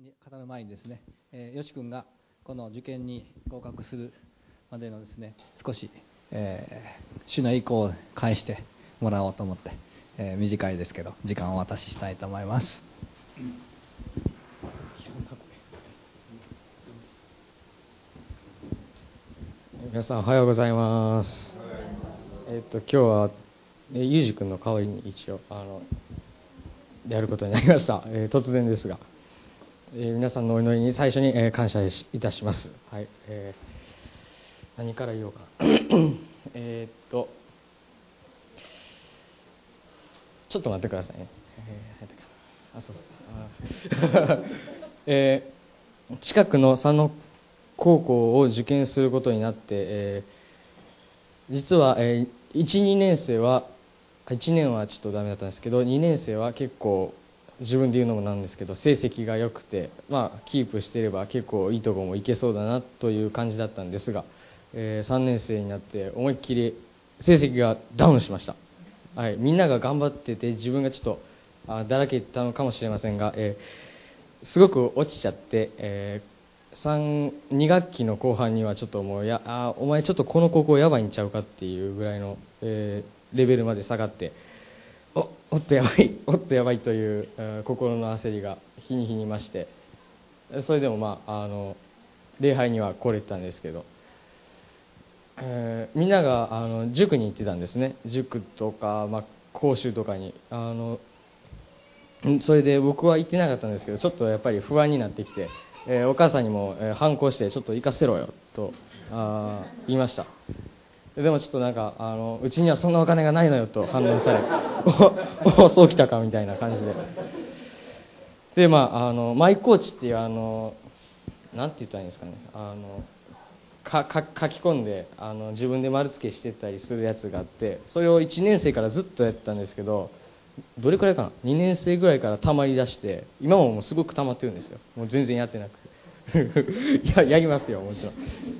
語る前にですね、よし君がこの受験に合格するまでのですね、少し、主の意向を返してもらおうと思って、短いですけど時間をお渡ししたいと思います。 皆さんおはようございます。今日はゆうじくんの代わりに一応やることになりました。突然ですが、皆さんのお祈りに最初に、感謝いたします。はい。何から言おうかな。ちょっと待ってくださいね。近くの佐野高校を受験することになって、実は、1、2年生は1年はちょっとダメだったんですけど、2年生は結構自分で言うのもなんですけど成績が良くて、キープしていれば結構いいところもいけそうだなという感じだったんですが、3年生になって思いっきり成績がダウンしました。はい、みんなが頑張ってて自分がちょっとだらけたのかもしれませんが、すごく落ちちゃって、2学期の後半にはちょっともうお前ちょっとこの高校やばいんちゃうかっていうぐらいの、レベルまで下がって、おっとやばいという、心の焦りが日に日に増して、それでも礼拝には来れてたんですけど、みんなが塾に行ってたんですね。塾とか、講習とかにそれで僕は行ってなかったんですけど、ちょっとやっぱり不安になってきて、お母さんにも、反抗してちょっと行かせろよと言いました。でもちょっとうちにはそんなお金がないのよと反論されそうきたかみたいな感じで、マイコーチっていうなんて言ったらいいんですかね、書き込んで自分で丸付けしてったりするやつがあって、それを1年生からずっとやってたんですけど、どれくらいかな、2年生ぐらいから溜まり出して、今もすごく溜まってるんですよ。もう全然やってなくてやりますよもちろ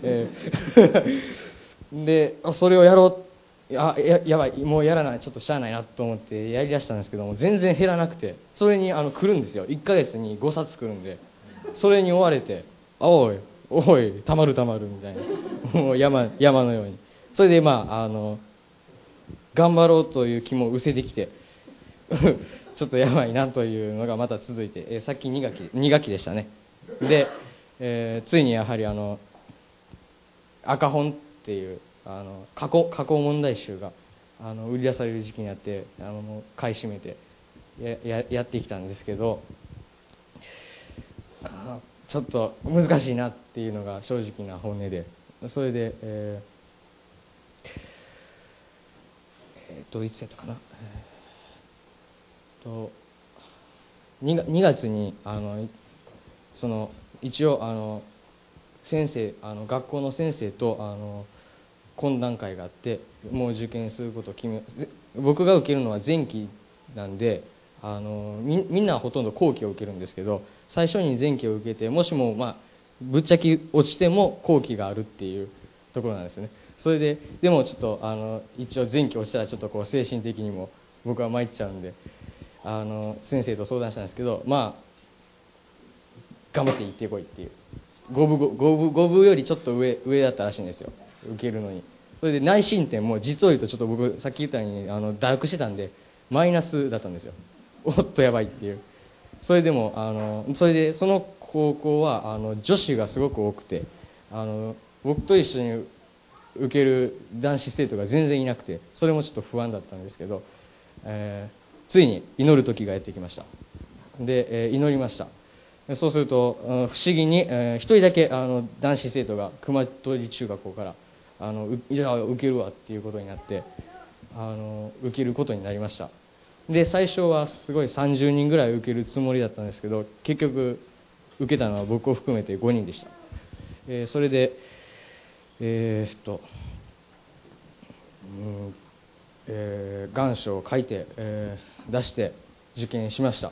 んでそれをやろう、やばいもうやらない、ちょっとしゃあないなと思ってやりだしたんですけども、全然減らなくて、それに来るんですよ。1ヶ月に5冊来るんで、それに追われて、おいたまるみたいなもう山のように、それで頑張ろうという気も失せてきてちょっとやばいなというのがまた続いて、さっき2学期でしたね。で、ついにやはり赤本っていう過去問題集が売り出される時期になって、もう買い占めてやってきたんですけど、ちょっと難しいなっていうのが正直な本音で、それで、いつやったかな、2月に一応先生学校の先生と懇談会があって、もう受験することを決め、僕が受けるのは前期なんで、みんなはほとんど後期を受けるんですけど、最初に前期を受けて、もしもぶっちゃけ落ちても後期があるっていうところなんですね。それででもちょっと一応前期落ちたらちょっとこう精神的にも僕は参っちゃうんで、先生と相談したんですけど、頑張って行ってこいっていう、5部よりちょっと上だったらしいんですよ、受けるのに。それで内申点も実を言うとちょっと僕さっき言ったように堕落してたんでマイナスだったんですよ。おっとやばいっていう。それでもそれでその高校は女子がすごく多くて、僕と一緒に受ける男子生徒が全然いなくて、それもちょっと不安だったんですけど、ついに祈る時がやってきました。で、祈りました。そうすると不思議に一人だけ男子生徒が熊取中学校からじゃあ受けるわっていうことになって、受けることになりました。で、最初はすごい30人ぐらい受けるつもりだったんですけど、結局受けたのは僕を含めて5人でした。それで願書を書いて、出して受験しました。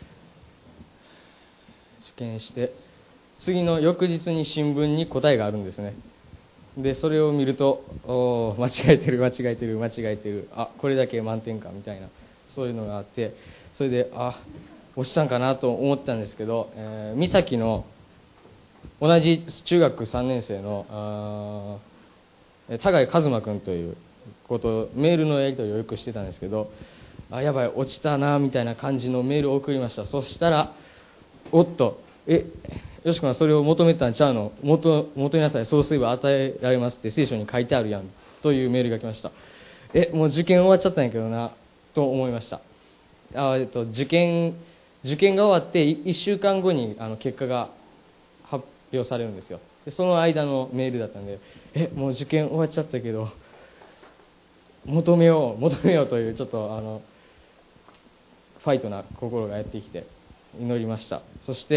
受験して次の翌日に新聞に答えがあるんですね。でそれを見ると、間違えてる、これだけ満点かみたいな、そういうのがあって、それで落ちたんかなと思ったんですけど、三崎の同じ中学3年生の田貝一馬君ということメールのやり取りをよくしてたんですけど、やばい落ちたなみたいな感じのメールを送りました。そしたら、おっとよし君はそれを求めたんちゃうの、求めなさい、そうすれば与えられますって聖書に書いてあるやんというメールが来ました。もう受験終わっちゃったんやけどなと思いました。受験が終わって1週間後に結果が発表されるんですよ。でその間のメールだったんで、もう受験終わっちゃったけど求めようというちょっとファイトな心がやってきて祈りました。そして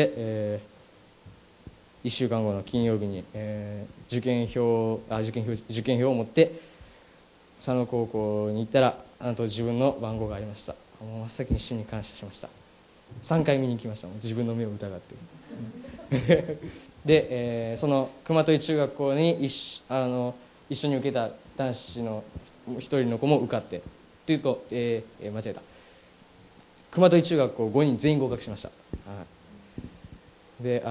、1週間後の金曜日に、受験票を持って佐野高校に行ったら、なんと自分の番号がありました。もう真っ先に主に感謝しました。3回見に行きました。もう自分の目を疑ってで、その熊取中学校に一緒に受けた男子の一人の子も受かってというと、間違えた、熊取中学校5人全員合格しました。で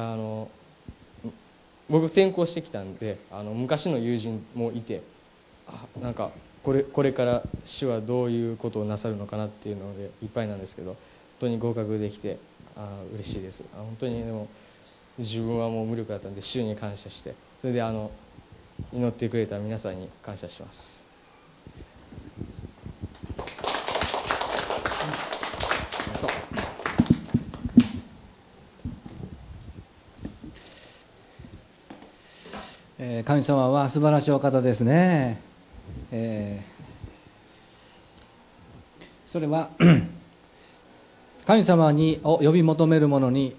僕転校してきたんで昔の友人もいて、なんかこれから主はどういうことをなさるのかなっていうのでいっぱいなんですけど、本当に合格できて嬉しいです。本当にでも自分はもう無力だったんで主に感謝して、それで祈ってくれた皆さんに感謝します。 神様は素晴らしいお方ですね。それは神様を呼び求める者に、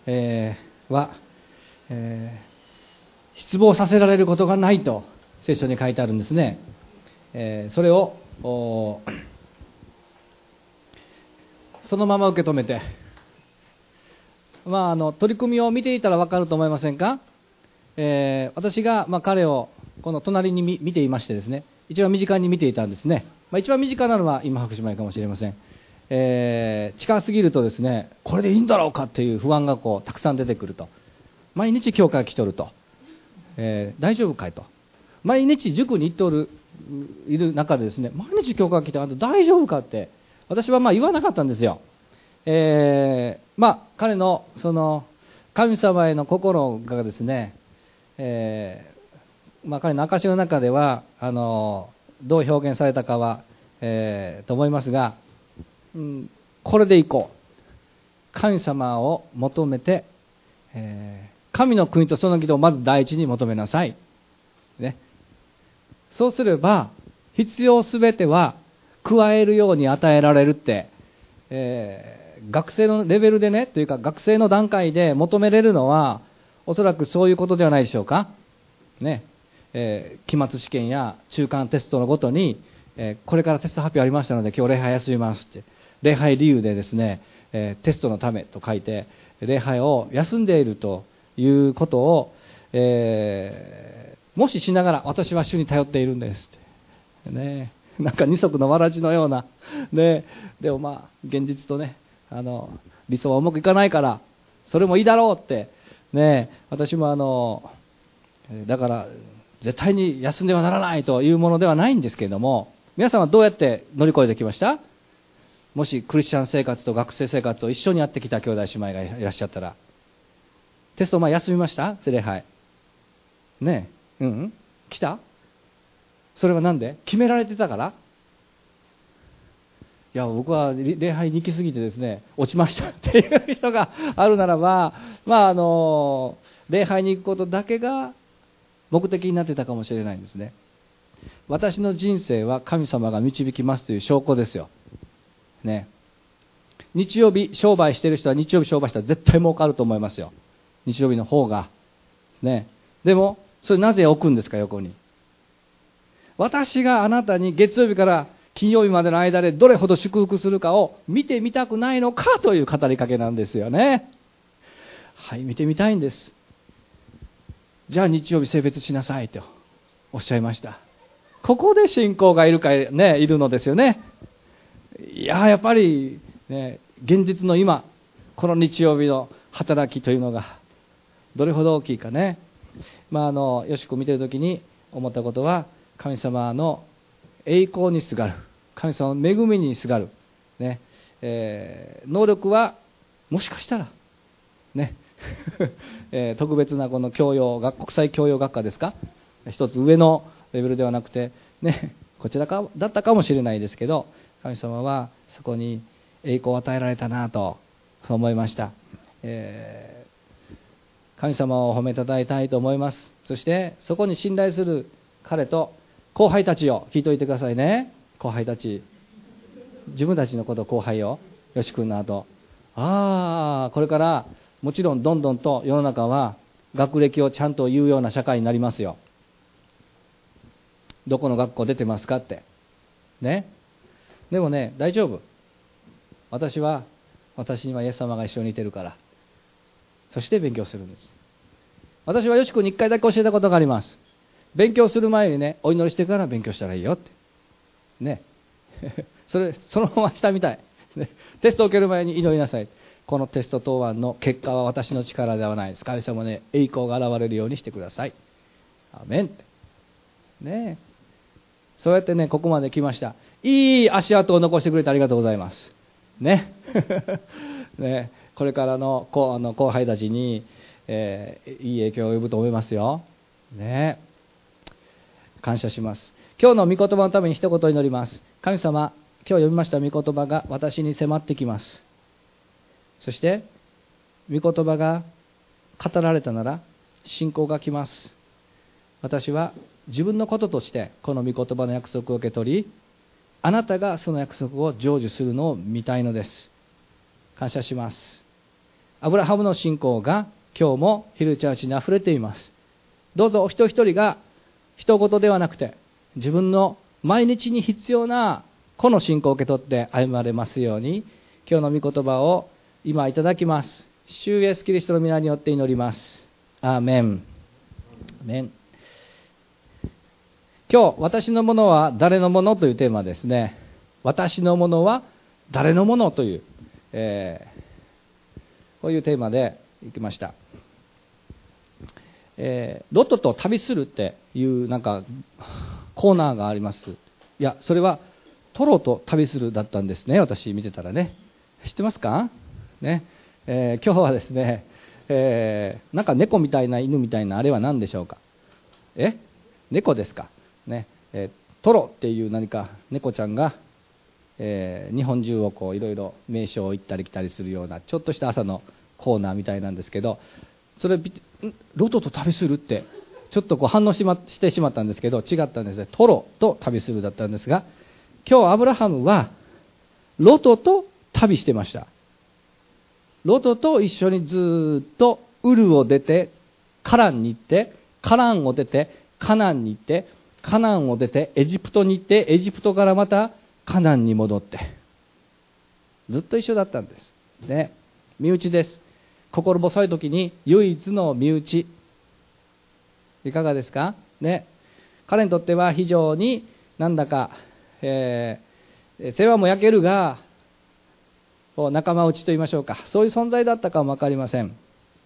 失望させられることがないと聖書に書いてあるんですね。それをそのまま受け止めて、取り組みを見ていたら分かると思いませんか。私が彼をこの隣に見ていましてですね、一番身近に見ていたんですね。一番身近なのは今白姉妹かもしれません。近すぎるとですね、これでいいんだろうかっていう不安がたくさん出てくると。毎日教会来とると、大丈夫かいと、毎日塾に行っている中でですね、毎日教会来て大丈夫かって私は言わなかったんですよ。彼のその神様への心がですね、彼の証の中ではどう表現されたかは、と思いますが、これでいこう、神様を求めて、神の国とその義とをまず第一に求めなさい、ね、そうすれば必要すべては加えるように与えられるって、学生のレベルでね、というか学生の段階で求めれるのはおそらくそういうことではないでしょうか、ね。期末試験や中間テストのごとに、これからテスト発表ありましたので今日礼拝休みますって、礼拝理由でですね、テストのためと書いて礼拝を休んでいるということを、もししながら私は主に頼っているんですって、ね、なんか二足のわらじのような、ね、でも現実とね、理想はうまくいかないからそれもいいだろうって、ね、私もだから絶対に休んではならないというものではないんですけれども、皆さんはどうやって乗り越えてきました？もしクリスチャン生活と学生生活を一緒にやってきた兄弟姉妹がいらっしゃったら、テスト休みました？礼拝ねえ、来た？それはなんで？決められてたから？いや僕は礼拝に行き過ぎてですね落ちましたっていう人があるならば、礼拝に行くことだけが目的になってたかもしれないんですね。私の人生は神様が導きますという証拠ですよ、ね。日曜日商売している人は日曜日商売したら絶対儲かると思いますよ、日曜日の方が、ね。でもそれなぜ置くんですか？横に。私があなたに月曜日から金曜日までの間でどれほど祝福するかを見てみたくないのかという語りかけなんですよね。はい、見てみたいんです。じゃあ日曜日性別しなさいとおっしゃいました。ここで信仰がいるのですよね。やっぱり、ね、現実の今この日曜日の働きというのがどれほど大きいかね。よしく見ているときに思ったことは、神様の栄光にすがる、神様の恵みにすがる、ね能力はもしかしたら、ね特別なこの教養国際教養学科ですか、一つ上のレベルではなくて、こちらかだったかもしれないですけど、神様はそこに栄光を与えられたなと、そう思いました。神様を褒めたたえたいと思います。そしてそこに信頼する彼と後輩たちを聞いておいてくださいね。後輩たち、自分たちのことを後輩よ、よし君の後、これからもちろんどんどんと世の中は学歴をちゃんと言うような社会になりますよ。どこの学校出てますかってね。でもね、大丈夫。私にはイエス様が一緒にいてるから、そして勉強するんです。私はよし君に1回だけ教えたことがあります。勉強する前にね、お祈りしてから勉強したらいいよってねそのまましたみたい、テストを受ける前に祈りなさい。このテスト答案の結果は私の力ではないです。神様ね、栄光が現れるようにしてください。アーメンってね。そうやってね、ここまで来ました。いい足跡を残してくれてありがとうございますねね、これからの後輩たちに、いい影響を及ぶと思いますよね。感謝します。今日の御言葉のために一言祈ります。神様、今日読みました御言葉が私に迫ってきます。そして御言葉が語られたなら信仰が来ます。私は自分のこととしてこの御言葉の約束を受け取り、あなたがその約束を成就するのを見たいのです。感謝します。アブラハムの信仰が今日もヒルチャーチにあふれています。どうぞお一人一人が人事ではなくて、自分の毎日に必要なこの信仰を受け取って歩まれますように、今日の御言葉を今いただきます。主イエスキリストの皆によって祈ります。アーメン。アーメン。今日、私のものは誰のものというテーマですね。私のものは誰のものという、こういうテーマでいきました。ロトと旅するっていうなんかコーナーがあります。いや、それはトロと旅するだったんですね。私見てたらね。知ってますかね。今日はですね、なんか猫みたいな犬みたいなあれは何でしょうか。猫ですかね。トロっていう何か猫ちゃんが、日本中をこういろいろ名所を行ったり来たりするようなちょっとした朝のコーナーみたいなんですけど、それロトと旅するってちょっとこう反応してしまったんですけど、違ったんですね。トロと旅するだったんですが、今日アブラハムはロトと旅してました。ロトと一緒にずっとウルを出てカランに行って、カランを出てカナンに行って、カナンを出てエジプトに行って、エジプトからまたカナンに戻って、ずっと一緒だったんですね。身内です。心細い時に唯一の身内、いかがですかね。彼にとっては非常になんだか、世話も焼けるが仲間内と言いましょうか、そういう存在だったかも分かりません。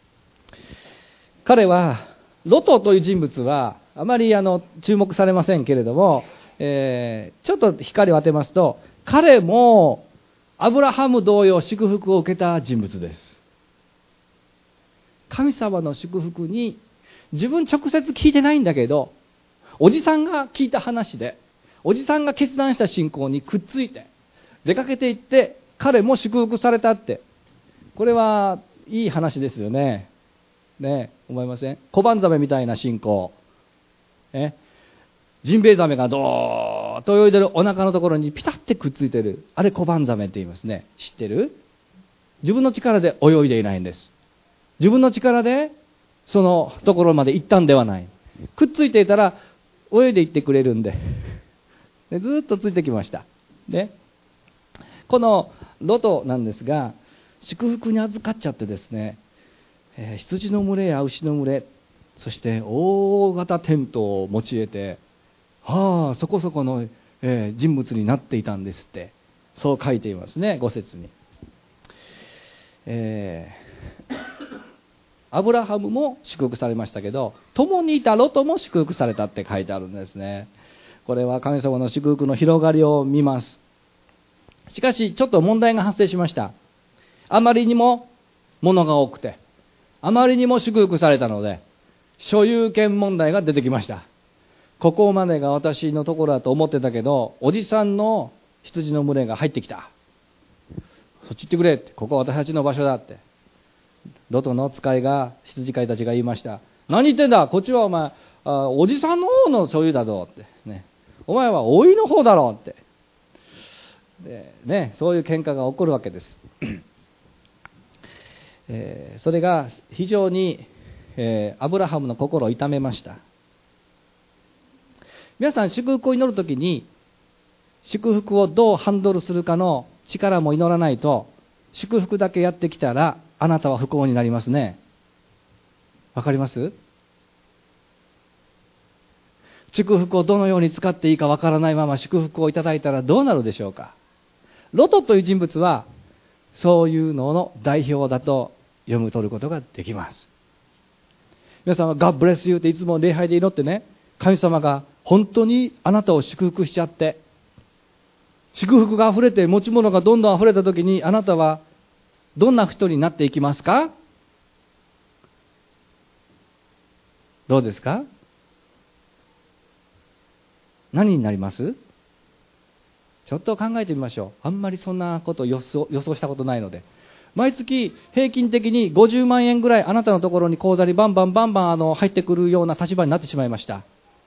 彼はロトという人物はあまり注目されませんけれども、ちょっと光を当てますと、彼もアブラハム同様祝福を受けた人物です。神様の祝福に自分直接聞いてないんだけど、おじさんが聞いた話で、おじさんが決断した信仰にくっついて出かけていって、彼も祝福されたって、これはいい話ですよね。ね、思いません？コバンザメみたいな信仰、ジンベエザメがドーッと泳いでるお腹のところにピタッてくっついてる、あれコバンザメって言いますね。知ってる？自分の力で泳いでいないんです。自分の力でそのところまで行ったんではない。くっついていたら泳いでいってくれるんで、ずっとついてきました。ね、このロトなんですが、祝福に預かっちゃってですね、羊の群れや牛の群れ、そして大型テントを持ち得て、そこそこの、人物になっていたんですって、そう書いていますね、5節に。 アブラハムも祝福されましたけど、共にいたロトも祝福されたって書いてあるんですね。これは神様の祝福の広がりを見ます。しかしちょっと問題が発生しました。あまりにも物が多くて、あまりにも祝福されたので、所有権問題が出てきました。ここまでが私のところだと思ってたけど、おじさんの羊の群れが入ってきた。そっち行ってくれって、ここは私たちの場所だって。ロトの使いが、羊飼いたちが言いました。何言ってんだ、こっちはお前、おじさんの方の所有だぞって、ね。お前は甥いの方だろうって。でね、そういう喧嘩が起こるわけです。それが非常に、アブラハムの心を痛めました。皆さん、祝福を祈るときに、祝福をどうハンドルするかの力も祈らないと、祝福だけやってきたら、あなたは不幸になりますね。わかります？祝福をどのように使っていいかわからないまま祝福をいただいたらどうなるでしょうか。ロトという人物は、そういうのの代表だと読み取ることができます。皆さんは God bless you っていつも礼拝で祈ってね、神様が本当にあなたを祝福しちゃって、祝福があふれて持ち物がどんどんあふれたときに、あなたはどんな人になっていきますか？どうですか？何になります？ちょっと考えてみましょう。あんまりそんなことを予想したことないので。毎月平均的に50万円ぐらいあなたのところに口座にバンバン入ってくるような立場になってしまいました。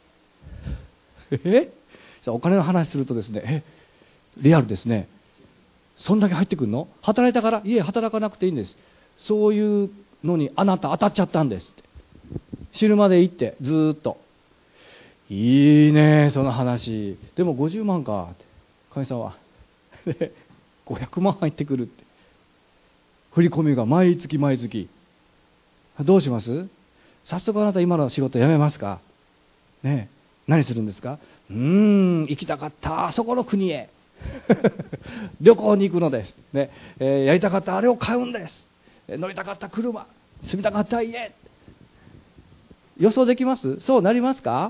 お金の話するとですね、リアルですね。そんだけ入ってくるの？働いたから？いえ、働かなくていいんです。そういうのにあなた当たっちゃったんですって。死ぬまで行ってずーっと。いいね、その話。でも50万かって。神様は500万入ってくるって。振り込みが毎月どうします？早速あなた今の仕事辞めますか？ねえ、何するんですか？行きたかったあそこの国へ旅行に行くのです、ね。やりたかったあれを買うんです。乗りたかった車、住みたかった家。予想できます？そうなりますか？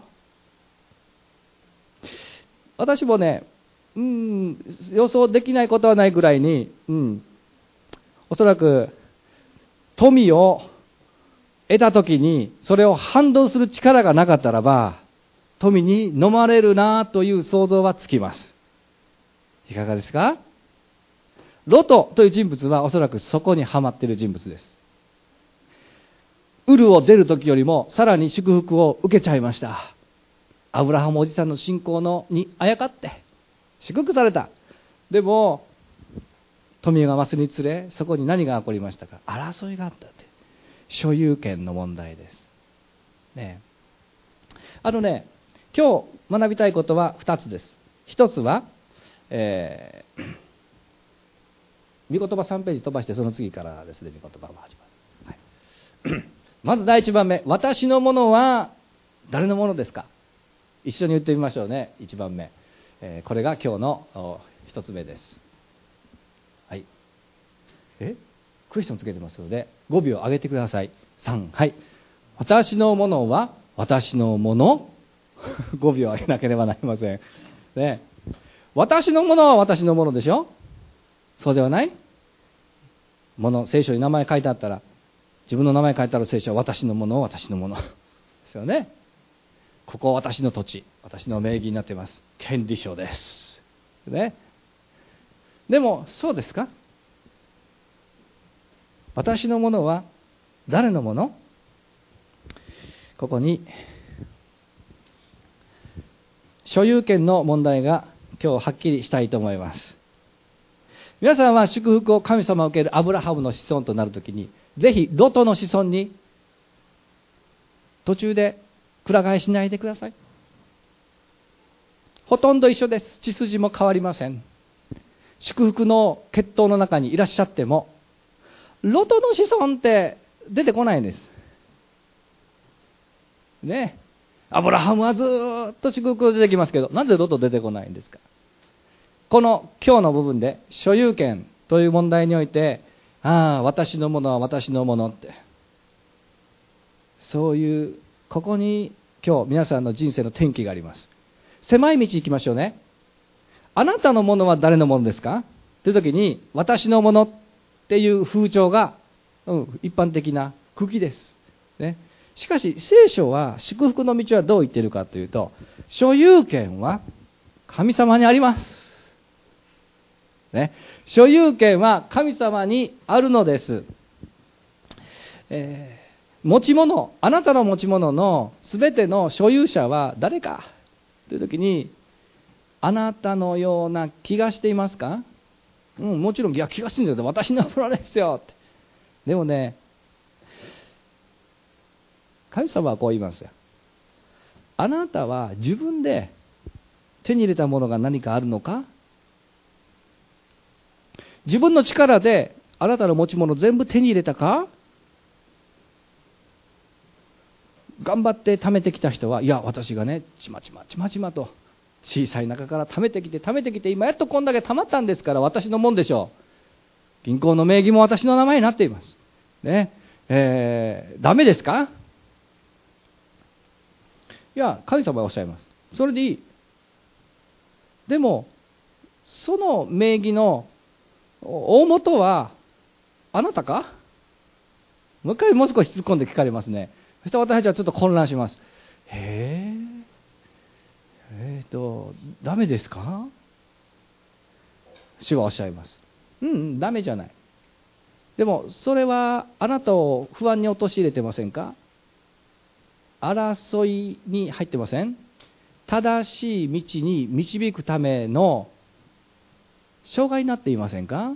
私もね、予想できないことはないぐらいに、おそらく富を得たときにそれを反動する力がなかったらば、富に飲まれるなという想像はつきます。いかがですか？ロトという人物はおそらくそこにはまっている人物です。ウルを出るときよりもさらに祝福を受けちゃいました。アブラハムおじさんの信仰にあやかって祝福された。でも富が増すにつれ、そこに何が起こりましたか？争いがあったって。所有権の問題ですね。今日学びたいことは2つです。1つは、御言葉3ページ飛ばしてその次からですね、御言葉が始まる。はい、まず第1番目、私のものは誰のものですか？一緒に言ってみましょうね。1番目、これが今日の1つ目です。はい。クエスチョンつけてますので5秒上げてください。3、はい。私のものは私のもの5秒上げなければなりませんね。私のものは私のものでしょ。そうではないもの。聖書に名前書いてあったら、自分の名前書いてある聖書は私のものは私のものですよね。ここは私の土地、私の名義になっています。権利書ですね。でもそうですか？私のものは誰のもの？ここに所有権の問題が今日はっきりしたいと思います。皆さんは祝福を神様を受けるアブラハムの子孫となるときに、ぜひロトの子孫に途中でくら替えしないでください。ほとんど一緒です。血筋も変わりません。祝福の血統の中にいらっしゃっても、ロトの子孫って出てこないんですね。アブラハムはずっと祝福出てきますけど、なぜロト出てこないんですか？この今日の部分で所有権という問題において、 ああ、私のものは私のものって。そういう、ここに今日皆さんの人生の転機があります。狭い道行きましょうね。あなたのものは誰のものですかという時に、私のものっていう風潮が、一般的な茎です。ね。しかし、聖書は祝福の道はどう言っているかというと、所有権は神様にあります。ね。所有権は神様にあるのです。持ち物、あなたの持ち物のすべての所有者は誰かという時に、あなたのような気がしていますか？もちろん、いや、気がしてるんだけど、私のものですよって。でもね、神様はこう言いますよ。あなたは自分で手に入れたものが何かあるのか？自分の力であなたの持ち物全部手に入れたか？頑張って貯めてきた人は、いや、私がね、ちまちまと小さい中から貯めてきて、今やっとこんだけ貯まったんですから、私のもんでしょう。銀行の名義も私の名前になっています。ね。ダメですか？いや、神様はおっしゃいます。それでいい。でも、その名義の大元はあなたか？もう少し突っ込んで聞かれますね。そして私たちはちょっと混乱します。ダメですか？主はおっしゃいます。ダメじゃない。でも、それはあなたを不安に陥れてませんか？争いに入ってません？正しい道に導くための障害になっていませんか？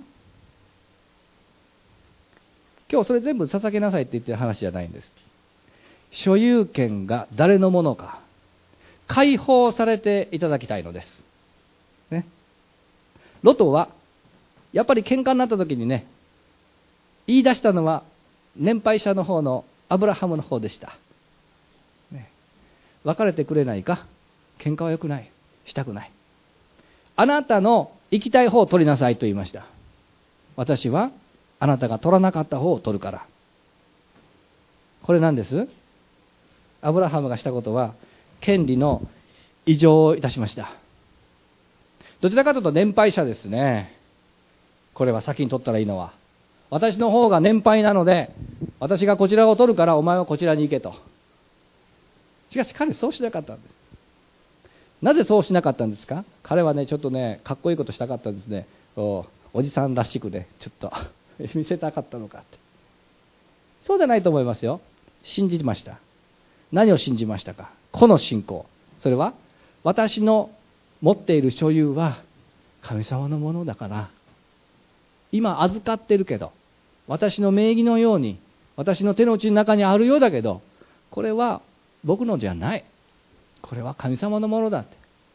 今日それ全部捧げなさいって言ってる話じゃないんです。所有権が誰のものか解放されていただきたいのです、ね。ロトはやっぱり喧嘩になった時にね、言い出したのは年配者の方のアブラハムの方でした、ね。別れてくれないか？喧嘩は良くない。したくない。あなたの行きたい方を取りなさいと言いました。私はあなたが取らなかった方を取るから。これなんです。アブラハムがしたことは権利の移譲をいたしました。どちらかというと年配者ですね。これは先に取ったらいいのは、私の方が年配なので私がこちらを取るからお前はこちらに行けと。しかし彼はそうしなかったんです。なぜそうしなかったんですか？彼はね、ちょっとね、かっこいいことしたかったんですね。おじさんらしくね、ちょっと見せたかったのかって。そうじゃないと思いますよ。信じました。何を信じましたか？この信仰。それは私の持っている所有は神様のものだから、今預かってるけど、私の名義のように私の手の内の中にあるようだけど、これは僕のじゃない。これは神様のものだって。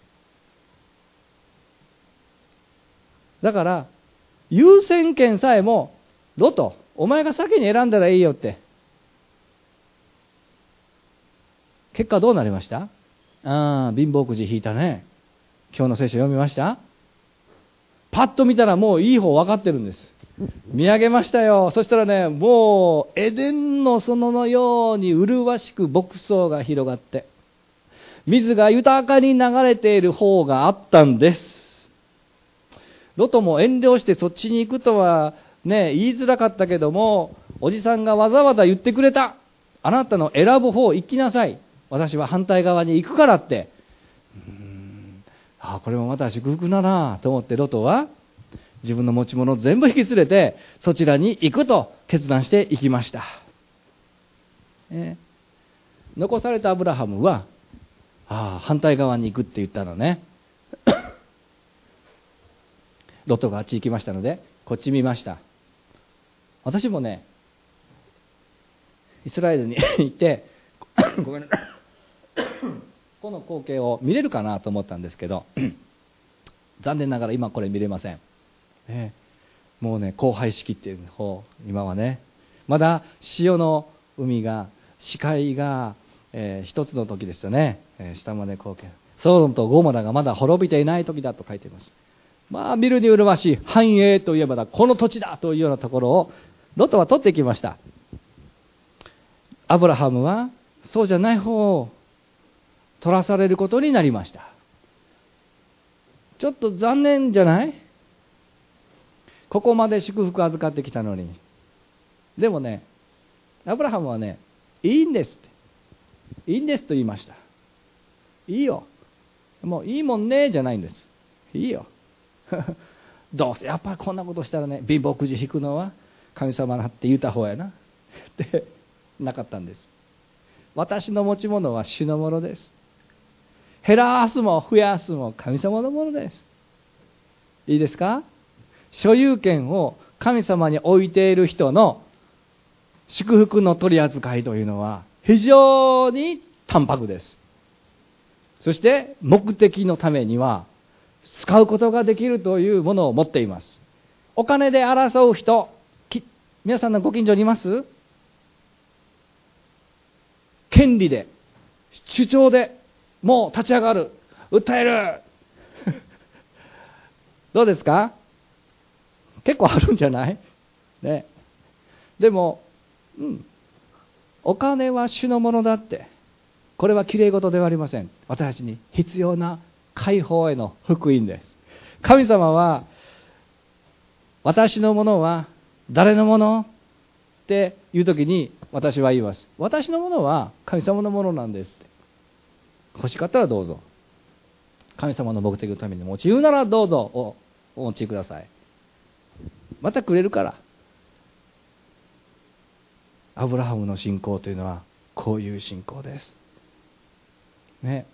だから優先権さえもロト、お前が先に選んだらいいよって。結果どうなりました？貧乏くじ引いたね。今日の聖書読みました？パッと見たらもういい方分かってるんです。見上げましたよ。そしたらね、もうエデンの園のように麗しく牧草が広がって、水が豊かに流れている方があったんです。ロトも遠慮してそっちに行くとはね、言いづらかったけども、おじさんがわざわざ言ってくれた。あなたの選ぶ方行きなさい。私は反対側に行くからって。これもまた祝福だなと思ってロトは自分の持ち物を全部引き連れてそちらに行くと決断して行きました。残されたアブラハムは反対側に行くって言ったのね。ロトがあっち行きましたのでこっち見ました。私もね、イスラエルに行ってごめんなさいこの光景を見れるかなと思ったんですけど残念ながら今これ見れません、もうね、荒廃式っていう方、今はねまだ潮の海が視界が、一つの時ですよね、下まで光景、ソドムとゴモラがまだ滅びていない時だと書いています。 まあ見るに麗しい繁栄といえばだ、この土地だというようなところをロトは取ってきました。アブラハムはそうじゃない方を取らされることになりました。ちょっと残念じゃない？ここまで祝福預かってきたのに。でもね、アブラハムはね、いいんですって。いいんですと言いました。いいよ。もういいもんねじゃないんです。いいよ。どうせやっぱりこんなことしたらね、貧乏くじ引くのは神様なって言った方やな。ってなかったんです。私の持ち物は主のものです。減らすも増やすも神様のものです。いいですか？所有権を神様に置いている人の祝福の取り扱いというのは非常に淡白です。そして目的のためには使うことができるというものを持っています。お金で争う人、皆さんのご近所にいます？権利で、主張で、もう立ち上がる、訴える。どうですか？結構あるんじゃない？ね。でも、お金は主のものだって。これはきれい事ではありません。私たちに必要な解放への福音です。神様は、私のものは誰のものっていうときに私は言います。私のものは神様のものなんですって。欲しかったらどうぞ。神様の目的のために用いならどうぞをお持ちください。またくれるから。アブラハムの信仰というのはこういう信仰です。ね。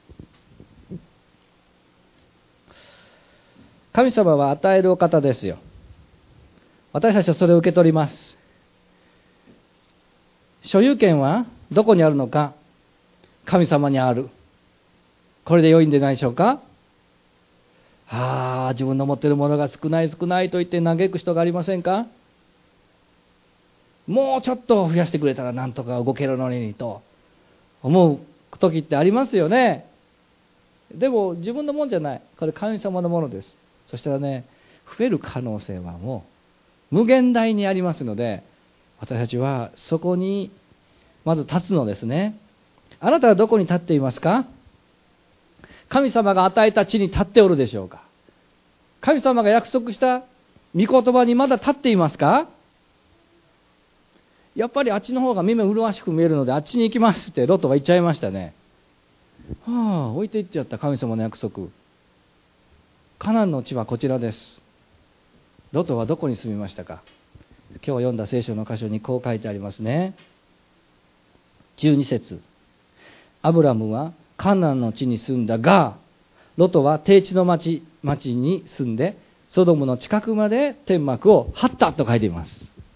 神様は与えるお方ですよ。私たちはそれを受け取ります。所有権はどこにあるのか？神様にある。これで良いんでないでしょうか？自分の持っているものが少ないと言って嘆く人がありませんか？もうちょっと増やしてくれたらなんとか動けるのにと思う時ってありますよね。でも自分のもんじゃない。これ神様のものです。そしたらね、増える可能性はもう無限大にありますので、私たちはそこにまず立つのですね。あなたはどこに立っていますか？神様が与えた地に立っておるでしょうか？神様が約束した御言葉にまだ立っていますか？やっぱりあっちの方が目目麗しく見えるのであっちに行きますってロトは言っちゃいましたね。置いていっちゃった神様の約束。カナンの地はこちらです。ロトはどこに住みましたか？今日読んだ聖書の箇所にこう書いてありますね。12節。アブラムはカナンの地に住んだが、ロトは低地の町に住んで、ソドムの近くまで天幕を張ったと書いています。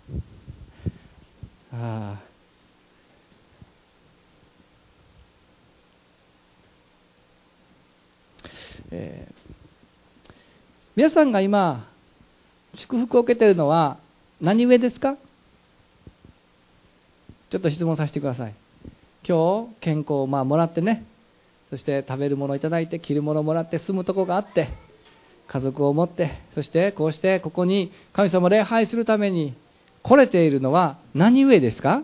皆さんが今祝福を受けているのは何故ですか？ちょっと質問させてください。今日健康をもらってね、そして食べるものをいただいて、着るものをもらって、住むとこがあって、家族を持って、そしてこうしてここに神様を礼拝するために来れているのは何故ですか？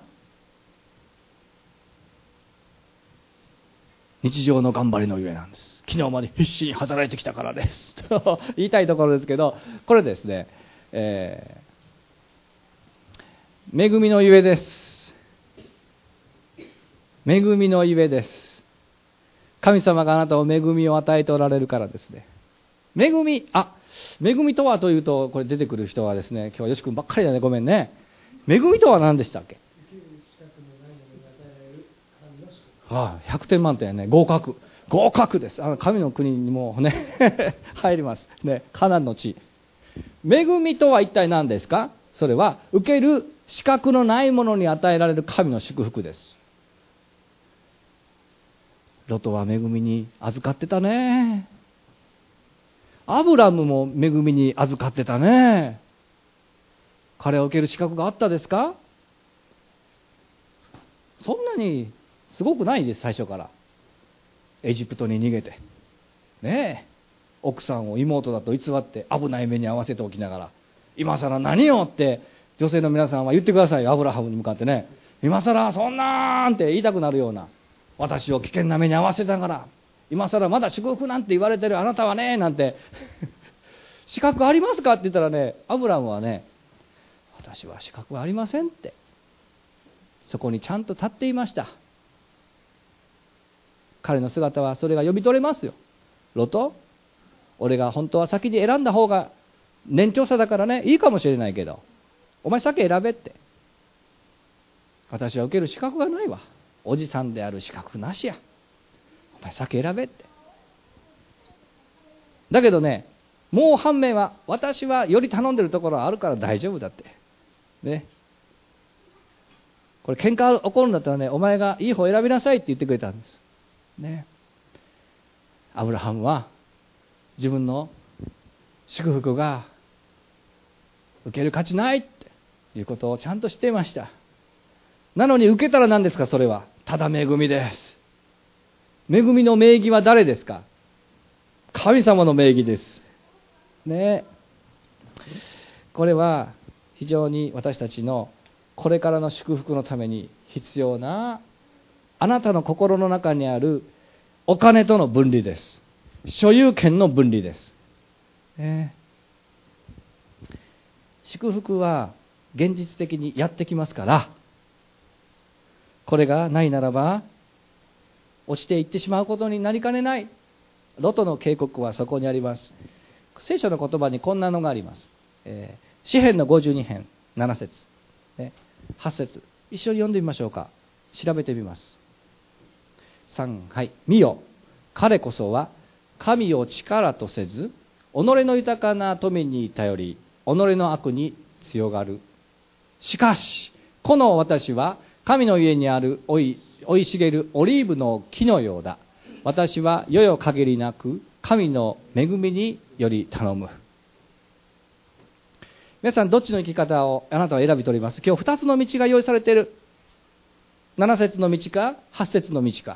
日常の頑張りのゆえなんです。昨日まで必死に働いてきたからですと言いたいところですけど、これですね、恵みのゆえです。恵みのゆえです。神様があなたを恵みを与えておられるからですね。恵みとはというと、これ出てくる人はですね、今日はよし君ばっかりだね、ごめんね。恵みとは何でしたっけ？100点満点やね。合格です。神の国にもね入りますね。カナンの地。恵みとは一体何ですか？それは受ける資格のないものに与えられる神の祝福です。ロトは恵みに預かってたね。アブラムも恵みに預かってたね。彼は受ける資格があったですか？そんなにすごくないです。最初からエジプトに逃げてね奥さんを妹だと偽って危ない目に遭わせておきながら、今更何よって女性の皆さんは言ってくださいよ。アブラハムに向かってね、今更そんなんって言いたくなるような、私を危険な目に遭わせながら、今更まだ祝福なんて言われてるあなたはねなんて資格ありますかって言ったらね、アブラムはね、私は資格はありませんって、そこにちゃんと立っていました。彼の姿はそれが読み取れますよ。ロト、俺が本当は先に選んだ方が年長者だからねいいかもしれないけど、お前先選べって、私は受ける資格がないわ、おじさんである資格なしや、お前先選べって。だけどね、もう反面は、私はより頼んでるところはあるから大丈夫だってね。これ喧嘩起こるんだったらね、お前がいい方選びなさいって言ってくれたんですね。アブラハムは自分の祝福が受ける価値ないっていうことをちゃんと知っていました。なのに受けたら何ですか、それはただ恵みです。恵みの名義は誰ですか？神様の名義ですね。これは非常に私たちのこれからの祝福のために必要な、あなたの心の中にあるお金との分離です。所有権の分離です、ね。祝福は現実的にやってきますから、これがないならば落ちていってしまうことになりかねない。ロトの警告はそこにあります。聖書の言葉にこんなのがあります。詩編の52編7節、8節、一緒に読んでみましょうか。調べてみます。3、はい。見よ、彼こそは神を力とせず、己の豊かな富に頼り、己の悪に強がる。しかしこの私は神の家にある生い茂るオリーブの木のようだ。私は世々限りなく神の恵みにより頼む。皆さん、どっちの生き方をあなたは選び取ります？今日2つの道が用意されている。7節の道か8節の道か。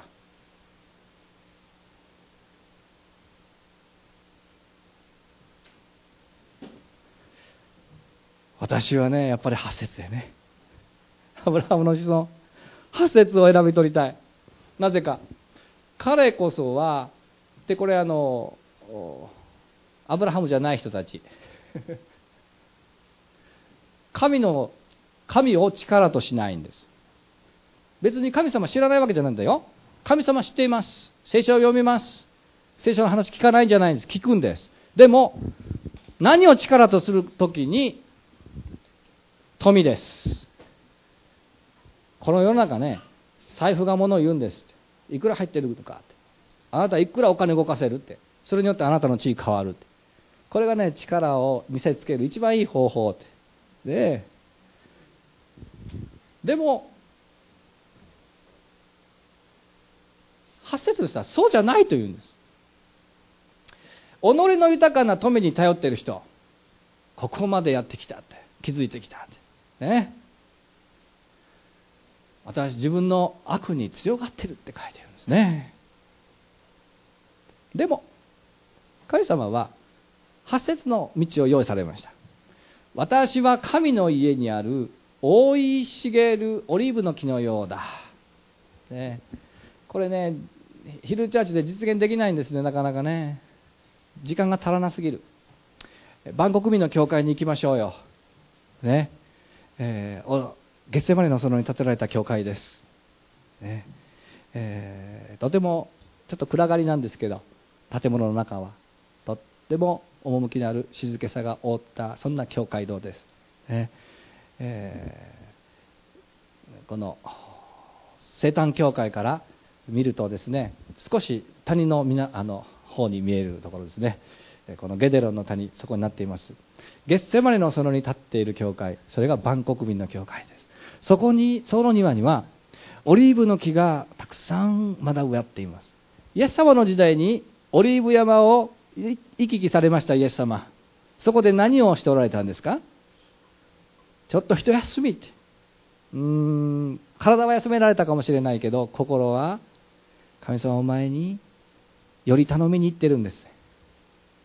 私はね、やっぱり8節でね、アブラハムの子孫8節を選び取りたい。なぜか、彼こそはで、これアブラハムじゃない人たち神を力としないんです。別に神様知らないわけじゃないんだよ。神様知っています。聖書を読みます。聖書の話聞かないんじゃないんです。聞くんです。でも何を力とするときに富です。この世の中ね、財布がものを言うんです。いくら入ってるとかって、あなたいくらお金動かせるって、それによってあなたの地位変わるって、これがね、力を見せつける一番いい方法ってでも8節でしたらそうじゃないというんです。己の豊かな富に頼っている人、ここまでやってきたって、気づいてきたってね。私自分の悪に強がってるって書いてるんですね。でも神様は8節の道を用意されました。私は神の家にある生い茂るオリーブの木のようだ、ね、これね、ヒルチャーチで実現できないんですね。なかなかね、時間が足らなすぎる。バンコク民の教会に行きましょうよ、ね。ゲッセマネの園に建てられた教会です、ね。とてもちょっと暗がりなんですけど、建物の中はとっても趣のある静けさが覆った、そんな教会堂です、ね。この生誕教会から見るとですね、少し谷の方に見えるところですね。このゲデロンの谷、そこになっています。ゲッセマネの園に立っている教会、それがバンコク民の教会です。その庭にはオリーブの木がたくさんまだ植わっています。イエス様の時代にオリーブ山を行き来されましたイエス様。そこで何をしておられたんですか？ちょっと一休みって。体は休められたかもしれないけど、心は神様お前により頼みに行ってるんです。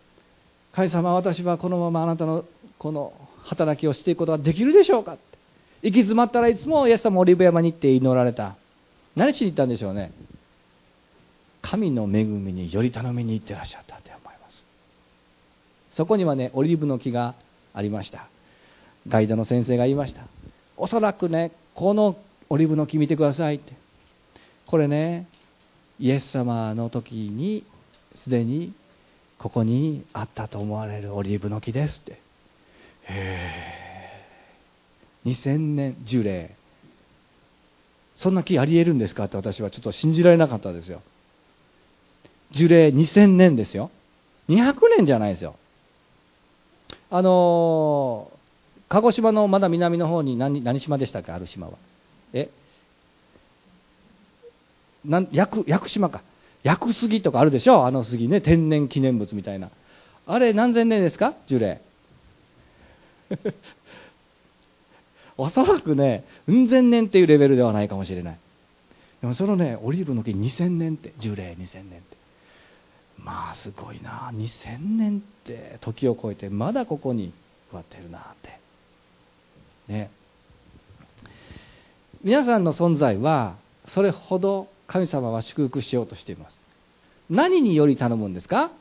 神様、私はこのままあなたのこの働きをしていくことができるでしょうかって。行き詰まったらいつもイエス様オリーブ山に行って祈られた。何しに行ったんでしょうね。神の恵みにより頼みに行ってらっしゃったと思います。そこにはね、オリーブの木がありました。ガイドの先生が言いました。おそらくね、このオリーブの木見てくださいって。これね、イエス様の時にすでにここにあったと思われるオリーブの木ですって。2000年樹齢。そんな木あり得るんですかって私はちょっと信じられなかったですよ。樹齢2000年ですよ。200年じゃないですよ。鹿児島のまだ南の方に何島でしたっけ、ある島は。屋久島か。屋久杉とかあるでしょ、あの杉ね、天然記念物みたいな。あれ何千年ですか、樹齢。おそらくね、うん千年っていうレベルではないかもしれない。でもそのね、オリーブの木2000年って、樹齢2000年って。まあすごいな、2000年って時を超えてまだここに植わってるなってね。皆さんの存在はそれほど神様は祝福しようとしています。何により頼むんですか？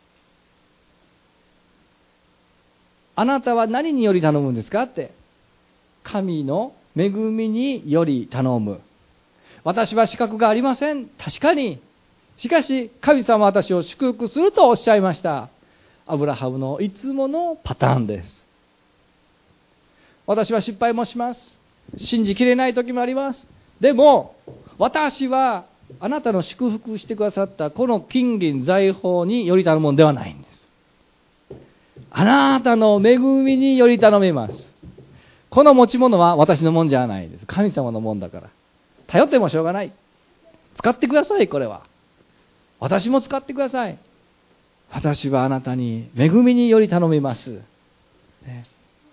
あなたは何により頼むんですかって。神の恵みにより頼む。私は資格がありません。確かに。しかし神様は私を祝福するとおっしゃいました。アブラハムのいつものパターンです。私は失敗もします。信じきれない時もあります。でも私はあなたの祝福してくださったこの金銀財宝により頼むものではないんです。あなたの恵みにより頼みます。この持ち物は私のもんじゃないです。神様のもんだから。頼ってもしょうがない。使ってください、これは。私も使ってください。私はあなたに恵みにより頼みます。ね、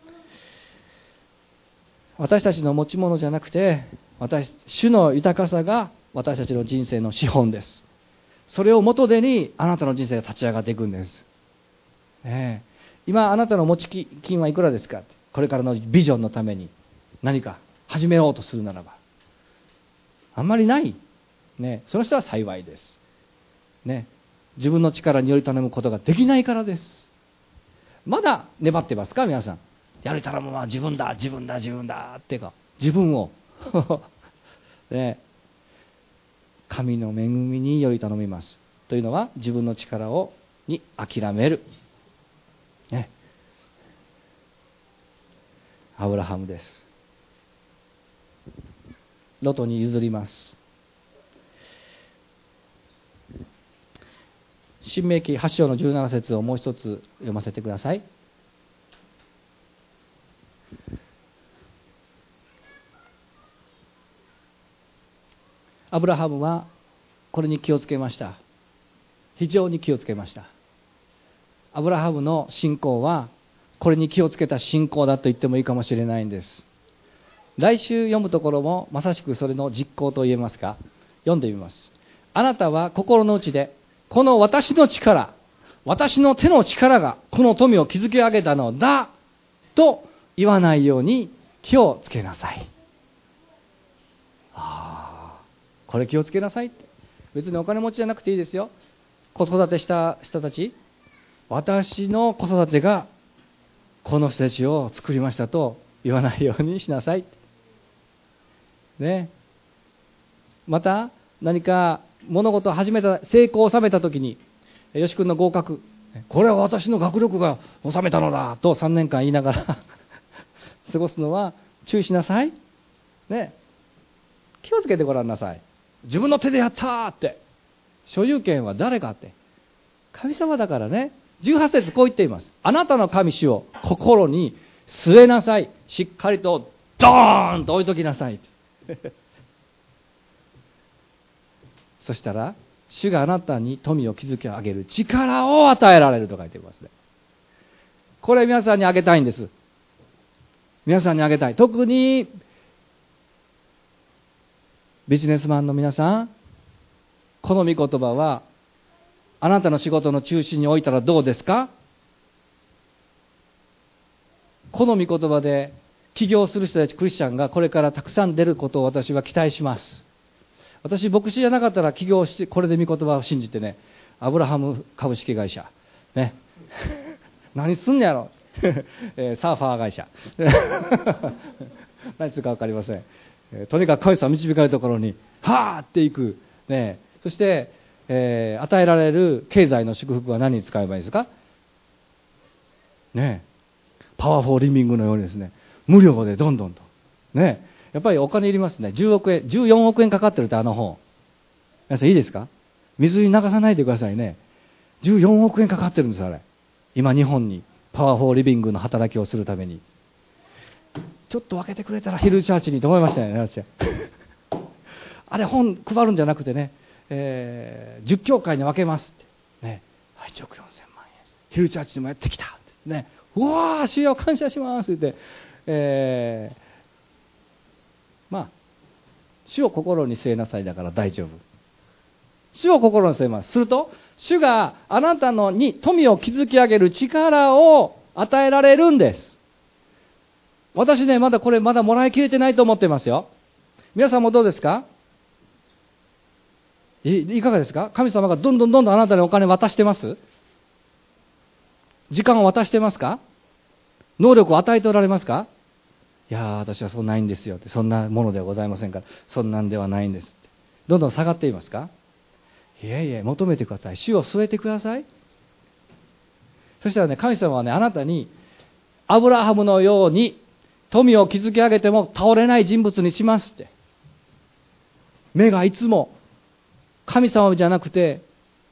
私たちの持ち物じゃなくて、主の豊かさが私たちの人生の資本です。それを元手にあなたの人生が立ち上がっていくんです。ね、今あなたの持ち金はいくらですか？これからのビジョンのために何か始めようとするならば。あんまりない。ね、その人は幸いです。ね、自分の力により頼むことができないからです。まだ粘ってますか皆さん。やり頼むのは自分だってか自分を、ね、神の恵みにより頼みますというのは自分の力に諦める、ね、アブラハムです。ロトに譲ります。申命記8章の17節をもう一つ読ませてください。アブラハムはこれに気をつけました。非常に気をつけました。アブラハムの信仰はこれに気をつけた信仰だと言ってもいいかもしれないんです。来週読むところもまさしくそれの実行と言えますか。読んでみます。あなたは心の内でこの私の力、私の手の力がこの富を築き上げたのだと言わないように気をつけなさい。これ気をつけなさいって。別にお金持ちじゃなくていいですよ。子育てした人たち、私の子育てがこの人たちを作りましたと言わないようにしなさいね。また何か物事を始めた、成功を収めたときに、よし君の合格、これは私の学力が収めたのだと3年間言いながら過ごすのは注意しなさいね。気をつけてごらんなさい。自分の手でやったって。所有権は誰かって。神様だからね。18節こう言っています。あなたの神主を心に据えなさい。しっかりとドーンと置いときなさい。そしたら主があなたに富を築き上げる力を与えられると書いていますね。これ皆さんにあげたいんです。皆さんにあげたい。特にビジネスマンの皆さん、この御言葉はあなたの仕事の中心に置いたらどうですか？ この御言葉で起業する人たちクリスチャンがこれからたくさん出ることを私は期待します。私牧師じゃなかったら起業してこれで御言葉を信じてね、アブラハム株式会社ね何すんのやろサーファー会社何するか分かりません。とにかく神様導かれるところにはーっていく、ね、そして、与えられる経済の祝福は何に使えばいいですかね。パワーフォーリビングのようにですね、無料でどんどんとね、やっぱりお金いりますね。10億円14億円かかってるって本皆さんいいですか。水に流さないでくださいね。14億円かかってるんです。あれ今日本にパワーフォーリビングの働きをするためにちょっと分けてくれたらヒルチャーチにと思いましたよねあれ本配るんじゃなくてね、10教会に分けますってね、1億4000万円ヒルチャーチにもやってきたってね、うわー主よ感謝しますって、まあ主を心に据えなさいだから大丈夫。主を心に据えます。すると主があなたのに富を築き上げる力を与えられるんです。私ね、まだもらいきれてないと思ってますよ。皆さんもどうですか？いかがですか？神様がどんどんあなたにお金渡してます？時間を渡してますか？能力を与えておられますか？いや私はそうないんですよって、そんなものではございませんから、そんなんではないんですって。どんどん下がっていますか？いえ求めてください。主を据えてください。そしたらね、神様はね、あなたにアブラハムのように富を築き上げても倒れない人物にしますって。目がいつも神様じゃなくて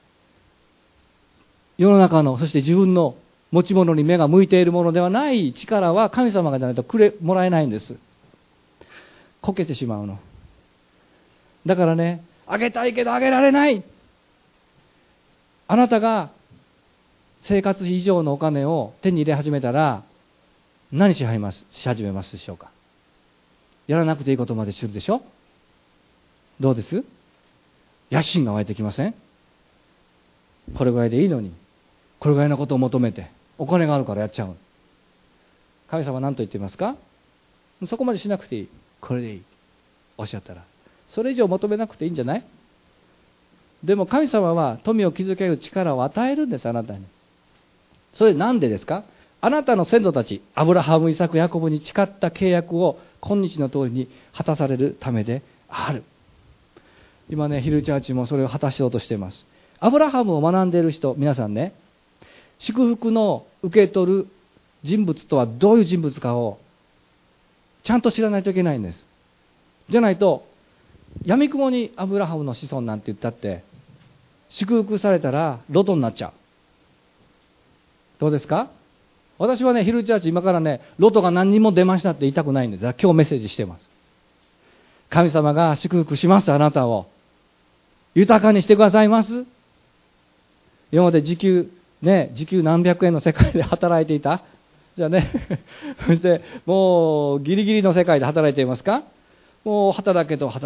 世の中の、そして自分の持ち物に目が向いているものではない力は神様がじゃないともらえないんです。こけてしまうの。だからね、あげたいけどあげられない。あなたが生活費以上のお金を手に入れ始めたら何し始めますでしょうか。やらなくていいことまでするでしょ。どうです？野心が湧いてきません？これぐらいでいいのに、これぐらいのことを求めて、お金があるからやっちゃう。神様は何と言っていますか？そこまでしなくていい、これでいいおっしゃったら、それ以上求めなくていいんじゃない？でも神様は富を築ける力を与えるんです、あなたに。それなんでですか？あなたの先祖たちアブラハム、イサク、ヤコブに誓った契約を今日の通りに果たされるためである。今ね、ヒルチャーチもそれを果たしようとしています。アブラハムを学んでいる人、皆さんね、祝福の受け取る人物とはどういう人物かをちゃんと知らないといけないんです。じゃないと闇雲にアブラハムの子孫なんて言ったって祝福されたらロトになっちゃう。どうですか？私はね、ヒルチャーチ今からね、ロトが何人も出ましたって言いたくないんです。今日メッセージしてます。神様が祝福します。あなたを豊かにしてくださいます。今まで時給何百円の世界で働いていた。じゃあねそしてもうギリギリの世界で働いていますか？もう働けど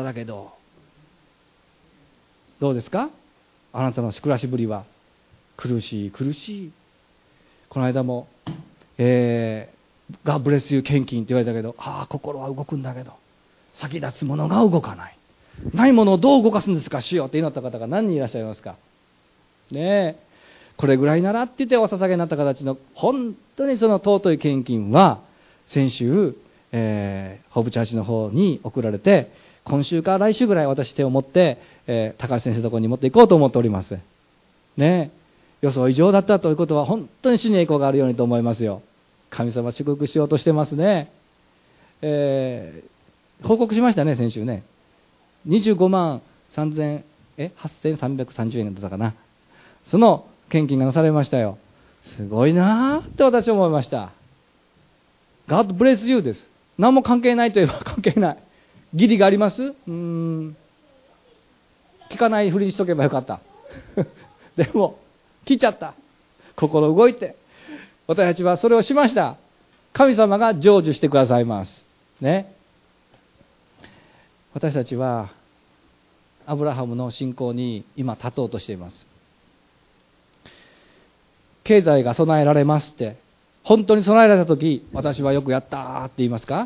どうですか？あなたの暮らしぶりは苦しい。この間もGod bless you 献金って言われたけど、心は動くんだけど先立つものが動かない。ないものをどう動かすんですか主よって祈った方が何人いらっしゃいますかね。これぐらいならって言ってお捧げになった形の本当にその尊い献金は先週、ホープチャーチの方に送られて、今週か来週ぐらい私手を持って、高橋先生のところに持っていこうと思っておりますね。予想以上だったということは本当に主に栄光があるようにと思いますよ。神様祝福しようとしてますね。報告しましたね、先週ね。25万8330円だったかな。その献金がなされましたよ。すごいなって私は思いました。God bless you です。何も関係ないといえば関係ない。義理があります？聞かないふりにしとけばよかったでも聞いちゃった。心動いて私たちはそれをしました。神様が成就してくださいますね。私たちはアブラハムの信仰に今立とうとしています。経済が備えられますって本当に備えられたとき、私はよくやったーって言いますか？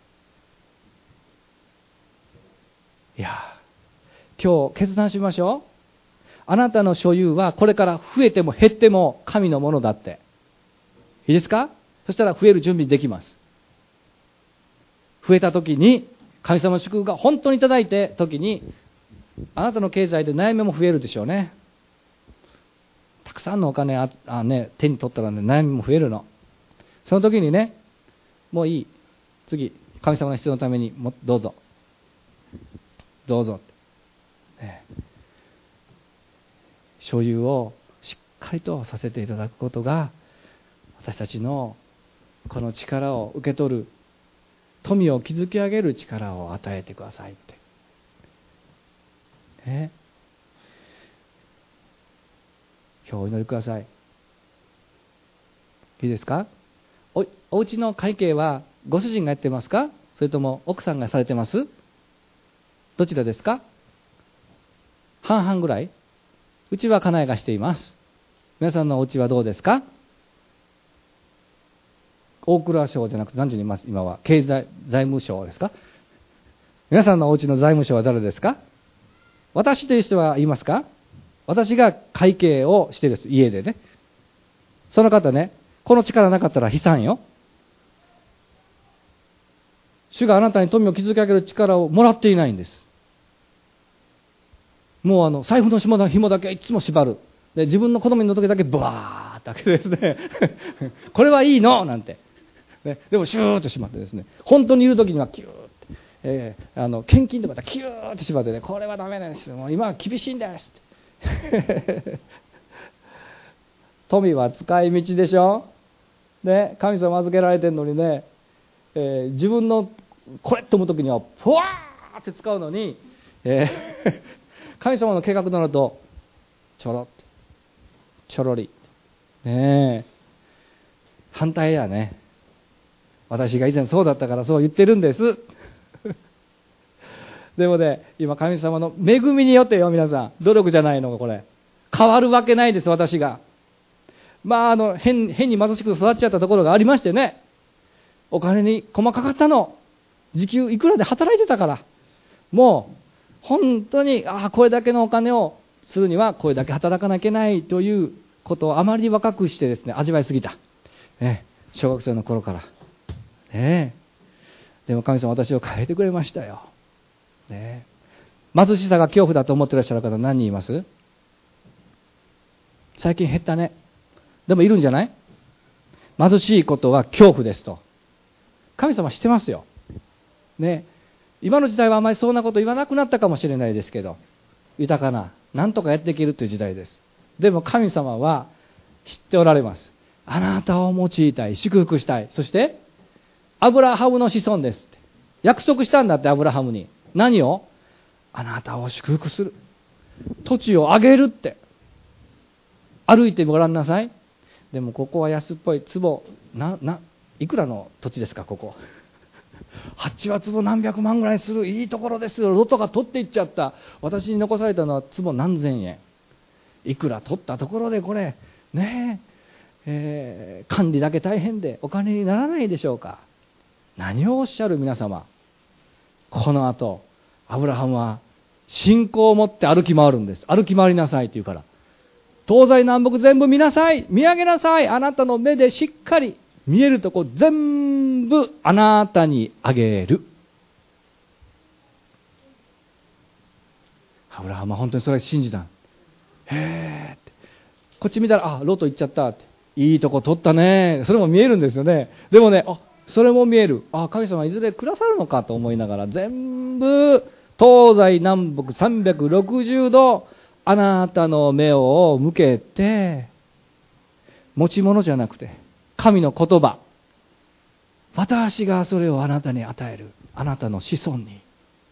いや、今日決断しましょう。あなたの所有はこれから増えても減っても神のものだって。いいですか？そしたら増える準備できます。増えたときに、神様の祝福が本当にいただいて時に、あなたの経済で悩みも増えるでしょうね。たくさんのお金手に取ったらね、悩みも増えるの。その時にね、もういい。次、神様の必要のためにどうぞ。どうぞ。所有をしっかりとさせていただくことが、私たちのこの力を受け取る、富を築き上げる力を与えてくださいって。今日お祈りください。いいですか？お家の会計はご主人がやってますか？それとも奥さんがされてます？どちらですか？半々ぐらい？うちは家内がしています。皆さんのお家はどうですか？大蔵省じゃなくて何時にいます？今は財務省ですか？皆さんのお家の財務省は誰ですか？私という人は言いますか？私が会計をしてです、家でね。その方ね、この力なかったら悲惨よ。主があなたに富を築き上げる力をもらっていないんです。もう財布の紐だけいつも縛る。で、自分の好みの時だけブワーって開けてですねこれはいいのなんて、ね、でもシューッとしまってですね、本当にいる時にはキューッて、献金とかだキューッと縛ってね、これはダメです、もう今は厳しいんですって富は使い道でしょ。で、神様預けられてるのにね、自分のこれと思う時にはふわーって使うのに、神様の計画となるとちょろっとちょろりねえ、反対やね。私が以前そうだったからそう言ってるんですでもね、今神様の恵みによってよ、皆さん、努力じゃないのがこれ変わるわけないです。私が変に貧しく育っちゃったところがありましてね、お金に細かかったの、時給いくらで働いてたから、もう本当にこれだけのお金をするにはこれだけ働かなきゃいけないということをあまり若くしてですね、味わいすぎた、小学生の頃から、でも神様私を変えてくれましたよ、貧しさが恐怖だと思っていらっしゃる方何人います？最近減ったね。でもいるんじゃない？貧しいことは恐怖ですと神様知ってますよ、今の時代はあまりそんなこと言わなくなったかもしれないですけど、豊かななんとかやっていけるという時代です。でも神様は知っておられます。あなたを用いたい、祝福したい、そしてアブラハムの子孫ですって約束したんだって。アブラハムに何を？あなたを祝福する、土地をあげるって。歩いてごらんなさい。でもここは安っぽい、坪いくらの土地ですか？ここ8は坪何百万ぐらいするいいところですよ。ロトが取っていっちゃった。私に残されたのは坪何千円。いくら取ったところでこれ管理だけ大変でお金にならないでしょうか。何をおっしゃる皆様。この後アブラハムは信仰を持って歩き回るんです。歩き回りなさいって言うから、東西南北全部見なさい、見上げなさい、あなたの目でしっかり見えるとこ全部あなたにあげる。アブラハムは本当にそれを信じた。へーって、こっち見たらロト行っちゃったって、いいとこ取ったね、それも見えるんですよね。でもね、それも見える、神様はいずれくださるのかと思いながら、全部東西南北360度あなたの目を向けて、持ち物じゃなくて神の言葉、私がそれをあなたに与える、あなたの子孫に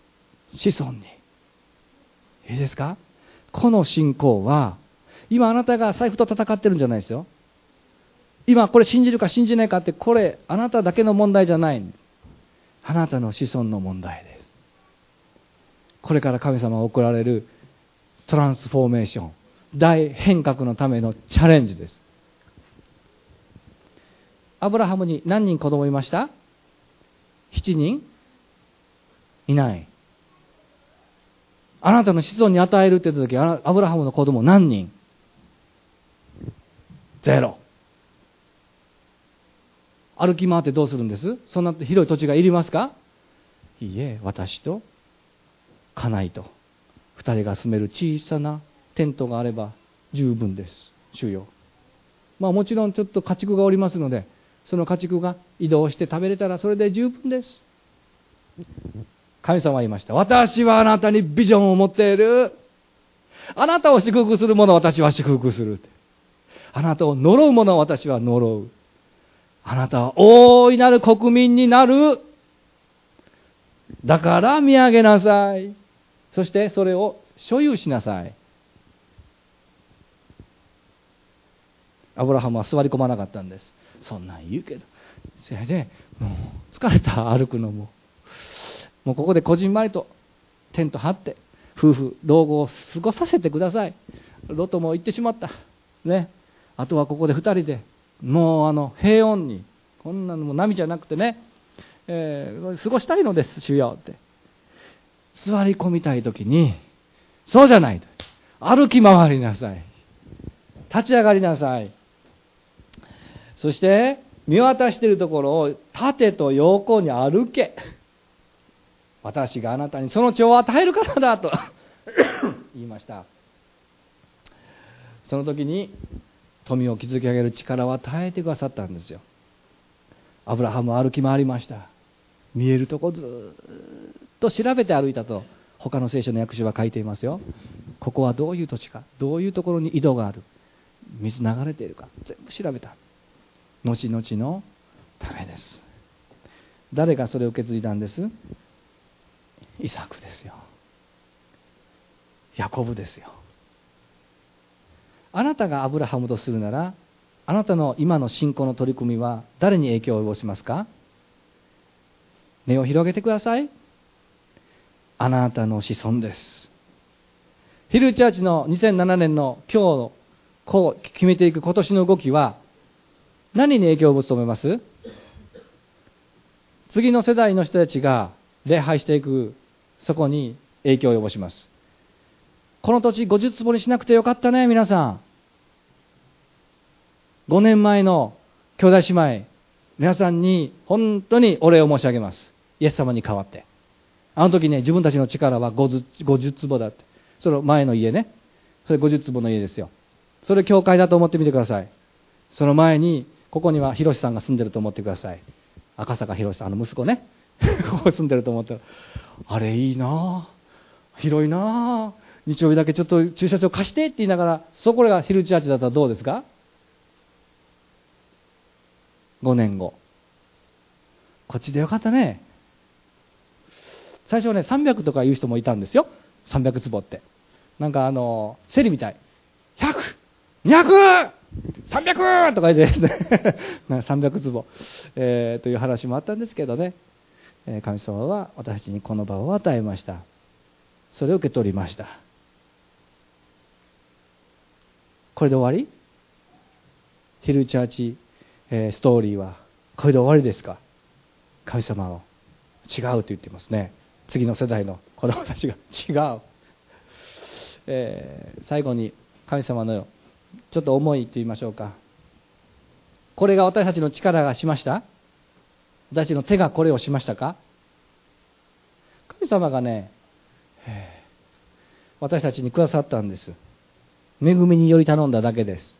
いいですか。この信仰は今あなたが財布と戦ってるんじゃないですよ。今これ信じるか信じないかって、これあなただけの問題じゃないんです。あなたの子孫の問題です。これから神様が送られるトランスフォーメーション、大変革のためのチャレンジです。 アブラハムに何人子供いました？ 7 人いない。あなたの子孫に与えるって言った時、アブラハムの子供何人？ゼロ。歩き回ってどうするんです？そんな広い土地がいりますか？いいえ、私と家内と2人が住める小さなテントがあれば十分です。主よ。もちろんちょっと家畜がおりますので、その家畜が移動して食べれたらそれで十分です。神様は言いました。私はあなたにビジョンを持っている。あなたを祝福する者を私は祝福する。あなたを呪う者を私は呪う。あなたは大いなる国民になる。だから見上げなさい。そしてそれを所有しなさい。アブラハムは座り込まなかったんです。そんなん言うけど、それでもう疲れた、歩くのも。もうここでこじんまりとテント張って夫婦老後を過ごさせてください。ロトも行ってしまったね。あとはここで2人でもう平穏に、こんなのも波じゃなくてね、過ごしたいのです主よって。座り込みたいときに、そうじゃないと、歩き回りなさい、立ち上がりなさい。そして見渡しているところを縦と横に歩け。私があなたにその地を与えるからだと言いました。その時に富を築き上げる力を与えてくださったんですよ。アブラハムは歩き回りました。見えるとこずっと調べて歩いたと他の聖書の訳詞は書いていますよ。ここはどういう土地か、どういうところに井戸がある、水流れているか、全部調べた。後々のためです。誰がそれを受け継いだんです？イサクですよ。ヤコブですよ。あなたがアブラハムとするなら、あなたの今の信仰の取り組みは誰に影響を及ぼしますか？目を広げてください。あなたの子孫です。ヒルチャーチの2007年の今日のこう決めていく今年の動きは何に影響を及ぼすと思います？次の世代の人たちが礼拝していく、そこに影響を及ぼします。この土地50坪にしなくてよかったね。皆さん5年前の兄弟姉妹皆さんに本当にお礼を申し上げます。イエス様に代わって。あの時ね、自分たちの力は50坪だって。その前の家ね、それ50坪の家ですよ。それ教会だと思ってみてください。その前にここには広さんが住んでると思ってください。赤坂広さん、息子ねここ住んでると思ったら、あれいいなぁ、広いなぁ、日曜日だけちょっと駐車場貸してって言いながら、そこがヒルチャーチだったらどうですか？5年後、こっちでよかったね。最初はね、300とか言う人もいたんですよ。300坪って。なんかセリみたい。100、200、300とか言ってね300坪、という話もあったんですけどね、神様は私たちにこの場を与えました。それを受け取りました。これで終わり？ヒルチャーチ、ストーリーはこれで終わりですか？神様は違うと言ってますね。次の世代の子供たちが違う、最後に神様のちょっと思いと言いましょうか。これが私たちの力がしました？私たちの手がこれをしましたか？神様がね、私たちにくださったんです。恵みにより頼んだだけです。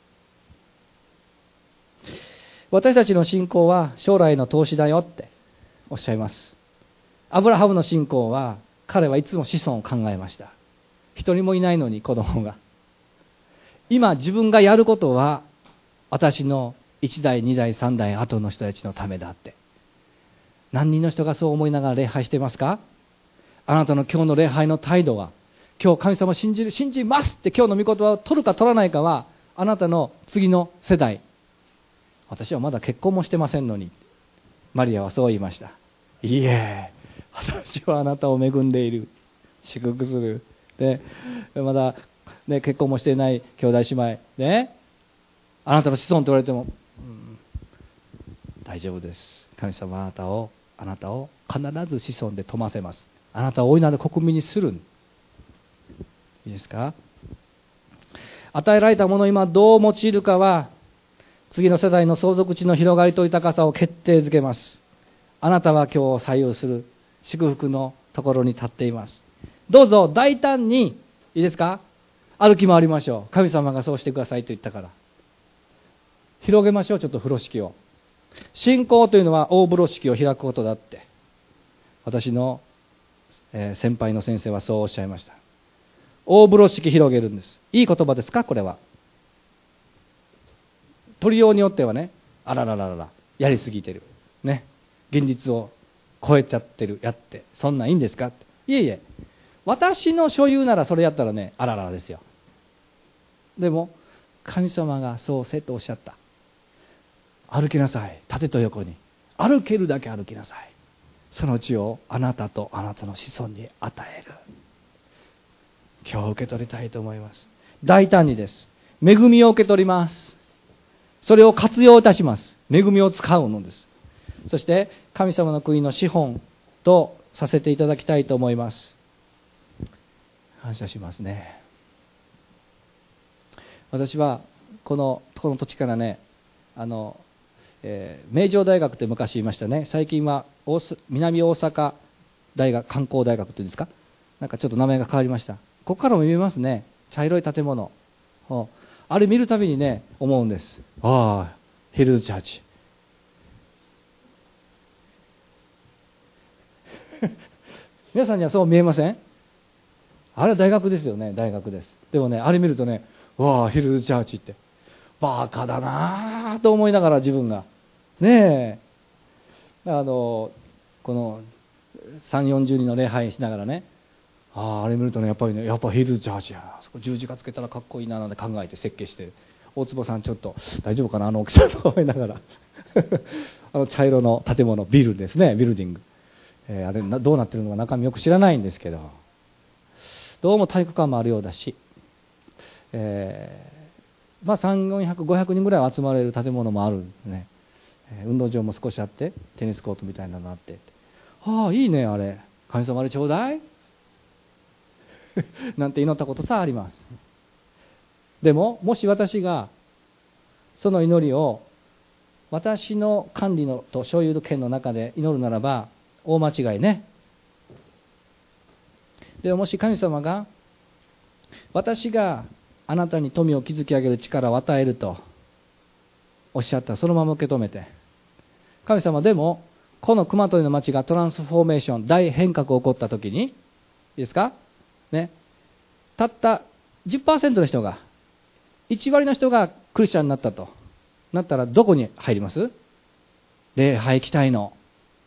私たちの信仰は将来の投資だよっておっしゃいます。アブラハムの信仰は、彼はいつも子孫を考えました。一人もいないのに子供が。今自分がやることは私の1代2代3代後の人たちのためだって。何人の人がそう思いながら礼拝していますか？あなたの今日の礼拝の態度は、今日神様を信じますって今日の御言葉を取るか取らないかは、あなたの次の世代。私はまだ結婚もしてませんのに、マリアはそう言いました。いいえ、私はあなたを恵んでいる、祝福する。で、まだ、ね、結婚もしていない兄弟姉妹ね、あなたの子孫と言われても、 大丈夫です。神様はあなたを必ず子孫で富ませます。あなたを大いなる国民にする。いいですか。与えられたものを今どう用いるかは、次の世代の相続地の広がりと豊かさを決定づけます。あなたは今日を左右する祝福のところに立っています。どうぞ大胆に、いいですか、歩き回りましょう。神様がそうしてくださいと言ったから。広げましょう、ちょっと風呂敷を。信仰というのは大風呂敷を開くことだって。私の先輩の先生はそうおっしゃいました。大風呂敷広げるんです。いい言葉ですか、これは。取りようによってはね、あらららら、やりすぎてる。ね。現実を超えちゃってる、やって。そんなんいいんですか。いえいえ。私の所有ならそれやったらね、あらららですよ。でも、神様がそうせとおっしゃった。歩きなさい。縦と横に。歩けるだけ歩きなさい。その地をあなたとあなたの子孫に与える。今日受け取りたいと思います。大胆にです。恵みを受け取ります。それを活用いたします。恵みを使うのです。そして神様の国の資本とさせていただきたいと思います。感謝しますね。私はこの土地からね、名城大学って昔言いましたね。最近は南大阪大学、観光大学っていうんですか、なんかちょっと名前が変わりました。ここからも見えますね。茶色い建物。あれ見るたびにね、思うんです。ああ、ヒルズチャーチ。皆さんにはそう見えません？あれは大学ですよね、大学です。でもね、あれ見るとね、わあ、ヒルズチャーチって。バカだなぁと思いながら自分が。ねえ。この3、40人の礼拝しながらね、あれ見るとね、やっぱりヒルズチャーチやな。そこ十字架つけたらかっこいいななんて考えて設計して、大坪さんちょっと大丈夫かな、あの大きさとか思いながら。茶色の建物、ビルですね、ビルディング。あれどうなってるのか中身よく知らないんですけど、どうも体育館もあるようだし、3、400、500人ぐらい集まれる建物もあるね。運動場も少しあって、テニスコートみたいなのがあって、いいね、あれ。神様あれちょうだいなんて祈ったことさあります。でも、もし私がその祈りを私の管理のと所有権の中で祈るならば、大間違いね。でももし神様が私があなたに富を築き上げる力を与えるとおっしゃったら、そのまま受け止めて、神様でもこの熊取の町がトランスフォーメーション、大変革が起こった時に、いいですかね、たった 10% の人が、1割の人がクリスチャンになったとなったら、どこに入ります？礼拝期待の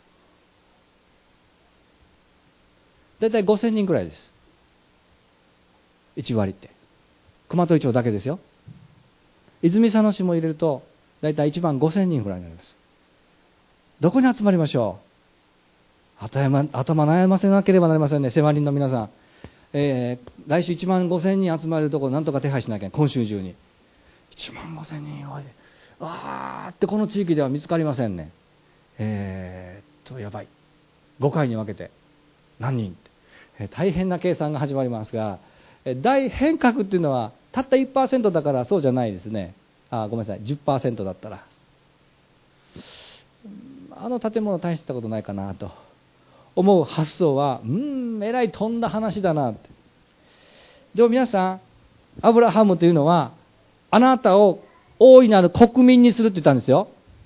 だいたい5000人くらいです。1割って熊取町だけですよ。泉佐野市も入れるとだいたい1万5000人くらいになります。どこに集まりましょう？頭悩ませなければなりませんね。世話人の皆さん、来週1万5000人集まれるところなんとか手配しなきゃ。今週中に1万5000人ってこの地域では見つかりませんね。やばい。5回に分けて何人、大変な計算が始まりますが、大変革っていうのはたった 1% だからそうじゃないですね。ごめんなさい、 10% だったらあの建物大したことないかなと思う発想は、えらい飛んだ話だなって。でも皆さん、アブラハムというのはあなたを大いなる国民にするって言ったんですよ。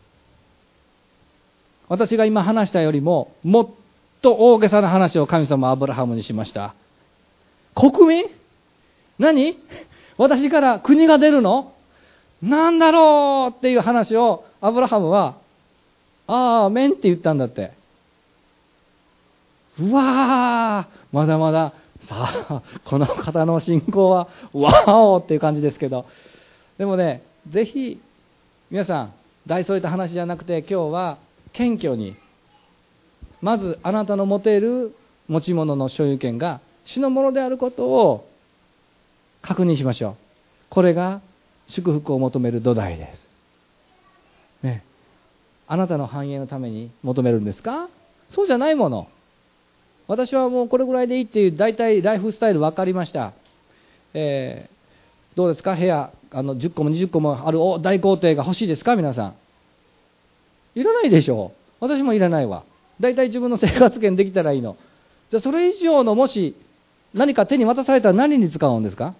私が今話したよりももっと大げさな話を神様はアブラハムにしました。国民？何？私から国が出るの？なんだろうっていう話をアブラハムはアーメンって言ったんだって。うわー、まだまださあこの方の信仰はワーオっていう感じですけど、でもね、ぜひ皆さん大それた話じゃなくて、今日は謙虚に、まずあなたの持てる持ち物の所有権が主のものであることを確認しましょう。これが祝福を求める土台です、ね。 あなたの繁栄のために求めるんですか？そうじゃないもの。私はもうこれぐらいでいいっていう大体ライフスタイル分かりました。どうですか？部屋10個も20個もある大豪邸が欲しいですか？皆さん。いらないでしょう。私もいらないわ。大体自分の生活圏できたらいいの。じゃあそれ以上のもし何か手に渡されたら何に使うんですか？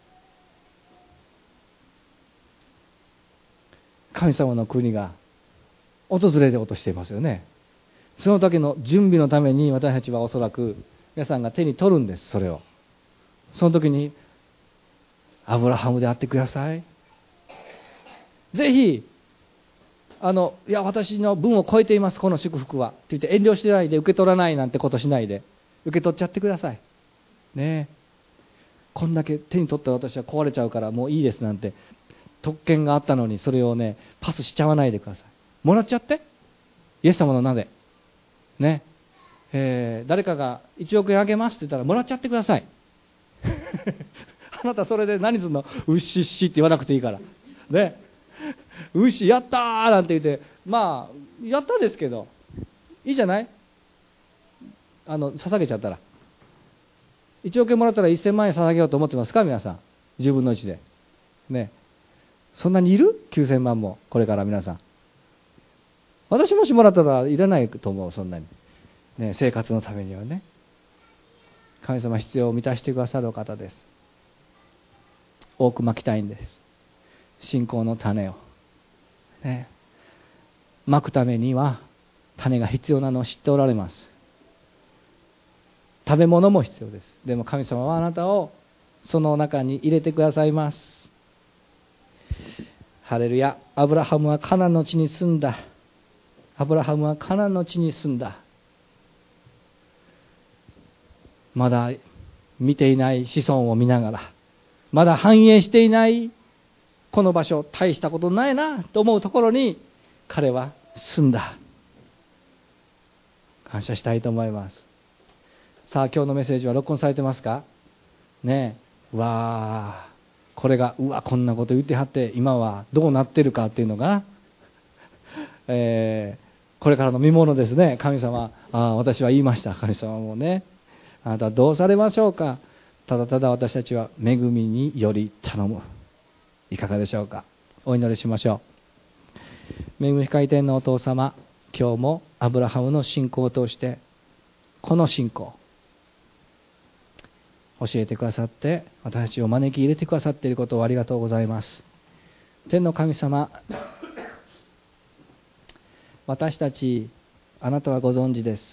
神様の国が訪れようとしていますよね。その時の準備のために私たちはおそらく皆さんが手に取るんです。それをその時にアブラハムであってください。ぜひいや私の分を超えていますこの祝福はって言って遠慮してないで受け取らないなんてことしないで受け取っちゃってくださいね。こんだけ手に取ったら私は壊れちゃうからもういいですなんて特権があったのにそれをねパスしちゃわないでください。もらっちゃってイエス様の名でね、誰かが1億円あげますって言ったらもらっちゃってくださいあなたそれで何するの？うっしっしって言わなくていいからね。うっしやったーなんて言ってまあやったですけどいいじゃない？捧げちゃったら1億円もらったら1000万円捧げようと思ってますか？皆さん10分の1でね。そんなにいる？9000万もこれから皆さん。私もしもらったらいらないと思う。そんなに、ね、生活のためにはね。神様必要を満たしてくださるお方です。多くまきたいんです。信仰の種を、ね、まくためには種が必要なのを知っておられます。食べ物も必要です。でも神様はあなたをその中に入れてくださいます。ハレルヤ。アブラハムはカナンの地に住んだ。アブラハムはカナンの地に住んだ。まだ見ていない子孫を見ながら、まだ繁栄していないこの場所、大したことないなと思うところに彼は住んだ。感謝したいと思います。さあ今日のメッセージは録音されてますかね。うわー、これがこんなこと言ってはって今はどうなってるかっていうのが、これからの見ものですね。神様、私は言いました。神様もね、あなたはどうされましょうか。ただただ私たちは恵みにより頼む。いかがでしょうか。お祈りしましょう。恵み深い天のお父様、今日もアブラハムの信仰を通してこの信仰教えてくださって私たちを招き入れてくださっていることをありがとうございます。天の神様、私たちあなたはご存知です。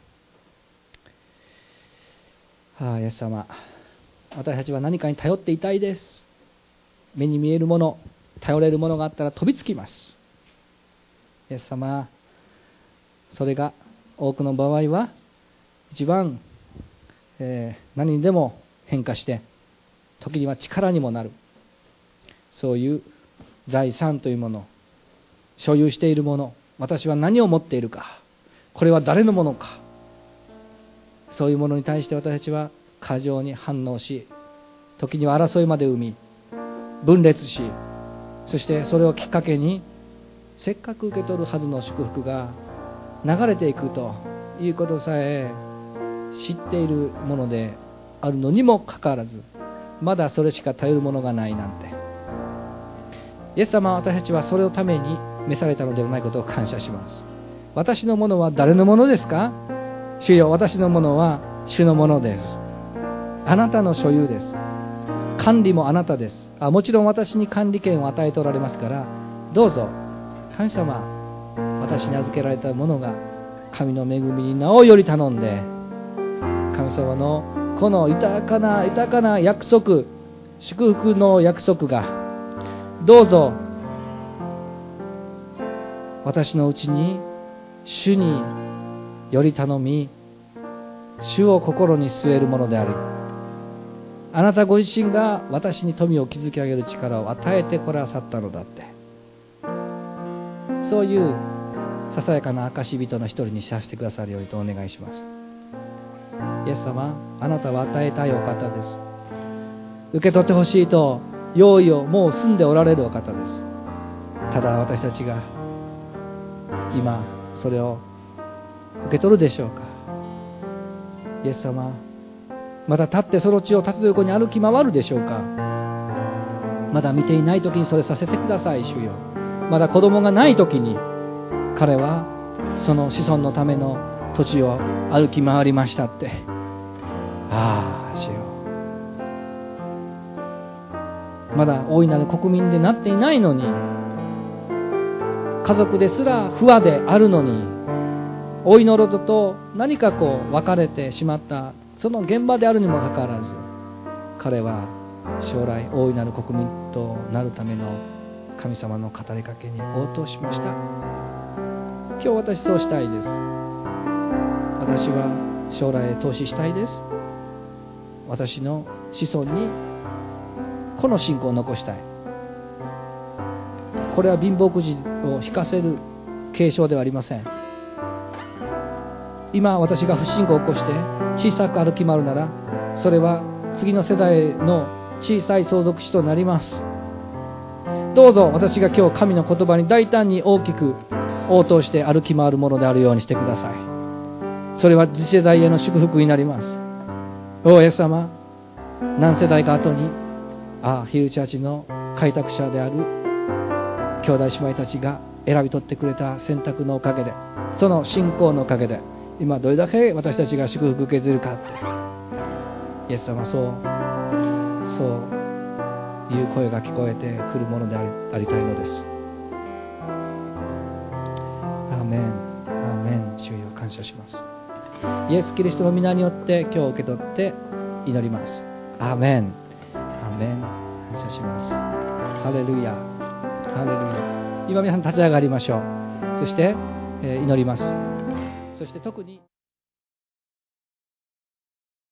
イエス様、私たちは何かに頼っていたいです。目に見えるもの、頼れるものがあったら飛びつきます。イエス様、それが多くの場合は一番、何にでも変化して時には力にもなる、そういう財産というもの、所有しているもの、私は何を持っているか、これは誰のものか、そういうものに対して私たちは過剰に反応し、時には争いまで生み分裂し、そしてそれをきっかけにせっかく受け取るはずの祝福が流れていくということさえ知っているものであるのにもかかわらず、まだそれしか頼るものがないなんて。イエス様は私たちはそれのために召されたのではないことを感謝します。私のものは誰のものですか？主よ、私のものは主のものです。あなたの所有です。管理もあなたです。もちろん私に管理権を与えておられますから、どうぞ神様、私に預けられたものが神の恵みになおより頼んで、神様のこの豊かな約束、祝福の約束がどうぞ私のうちに主により頼み、主を心に据えるものである。あなたご自身が私に富を築き上げる力を与えてくださったのだって、そういうささやかな証人の一人にさせてくださるようにとお願いします。イエス様、あなたは与えたいお方です。受け取ってほしいと用意をもう済んでおられるお方です。ただ私たちが今それを受け取るでしょうか。イエス様、まだ立ってその地を縦と横に歩き回るでしょうか。まだ見ていない時にそれさせてください、主よ。まだ子供がない時に彼はその子孫のための土地を歩き回りましたって。ああ、主よ。まだ大いなる国民でなっていないのに、家族ですら不和であるのに、老いのロトと何か別れてしまったその現場であるにもかかわらず、彼は将来大いなる国民となるための神様の語りかけに応答しました。今日私そうしたいです。私は将来へ投資したいです。私の子孫にこの信仰を残したい。これは貧乏くじを引かせる継承ではありません。今私が不信仰を起こして小さく歩き回るなら、それは次の世代の小さい相続地となります。どうぞ私が今日神の言葉に大胆に大きく応答して歩き回るものであるようにしてください。それは次世代への祝福になります。おイエス様、何世代か後にヒルチャーチの開拓者である兄弟姉妹たちが選び取ってくれた選択のおかげで、その信仰のおかげで今どれだけ私たちが祝福受けているかって、イエス様、そういう声が聞こえてくるものでありたいのです。アーメン、アーメン。主よ、感謝します。イエス・キリストの皆によって今日受け取って祈ります。アーメン、アーメン。感謝します。ハレルヤ、ハレルヤ。今皆さん立ち上がりましょう。そして、祈ります。そして特に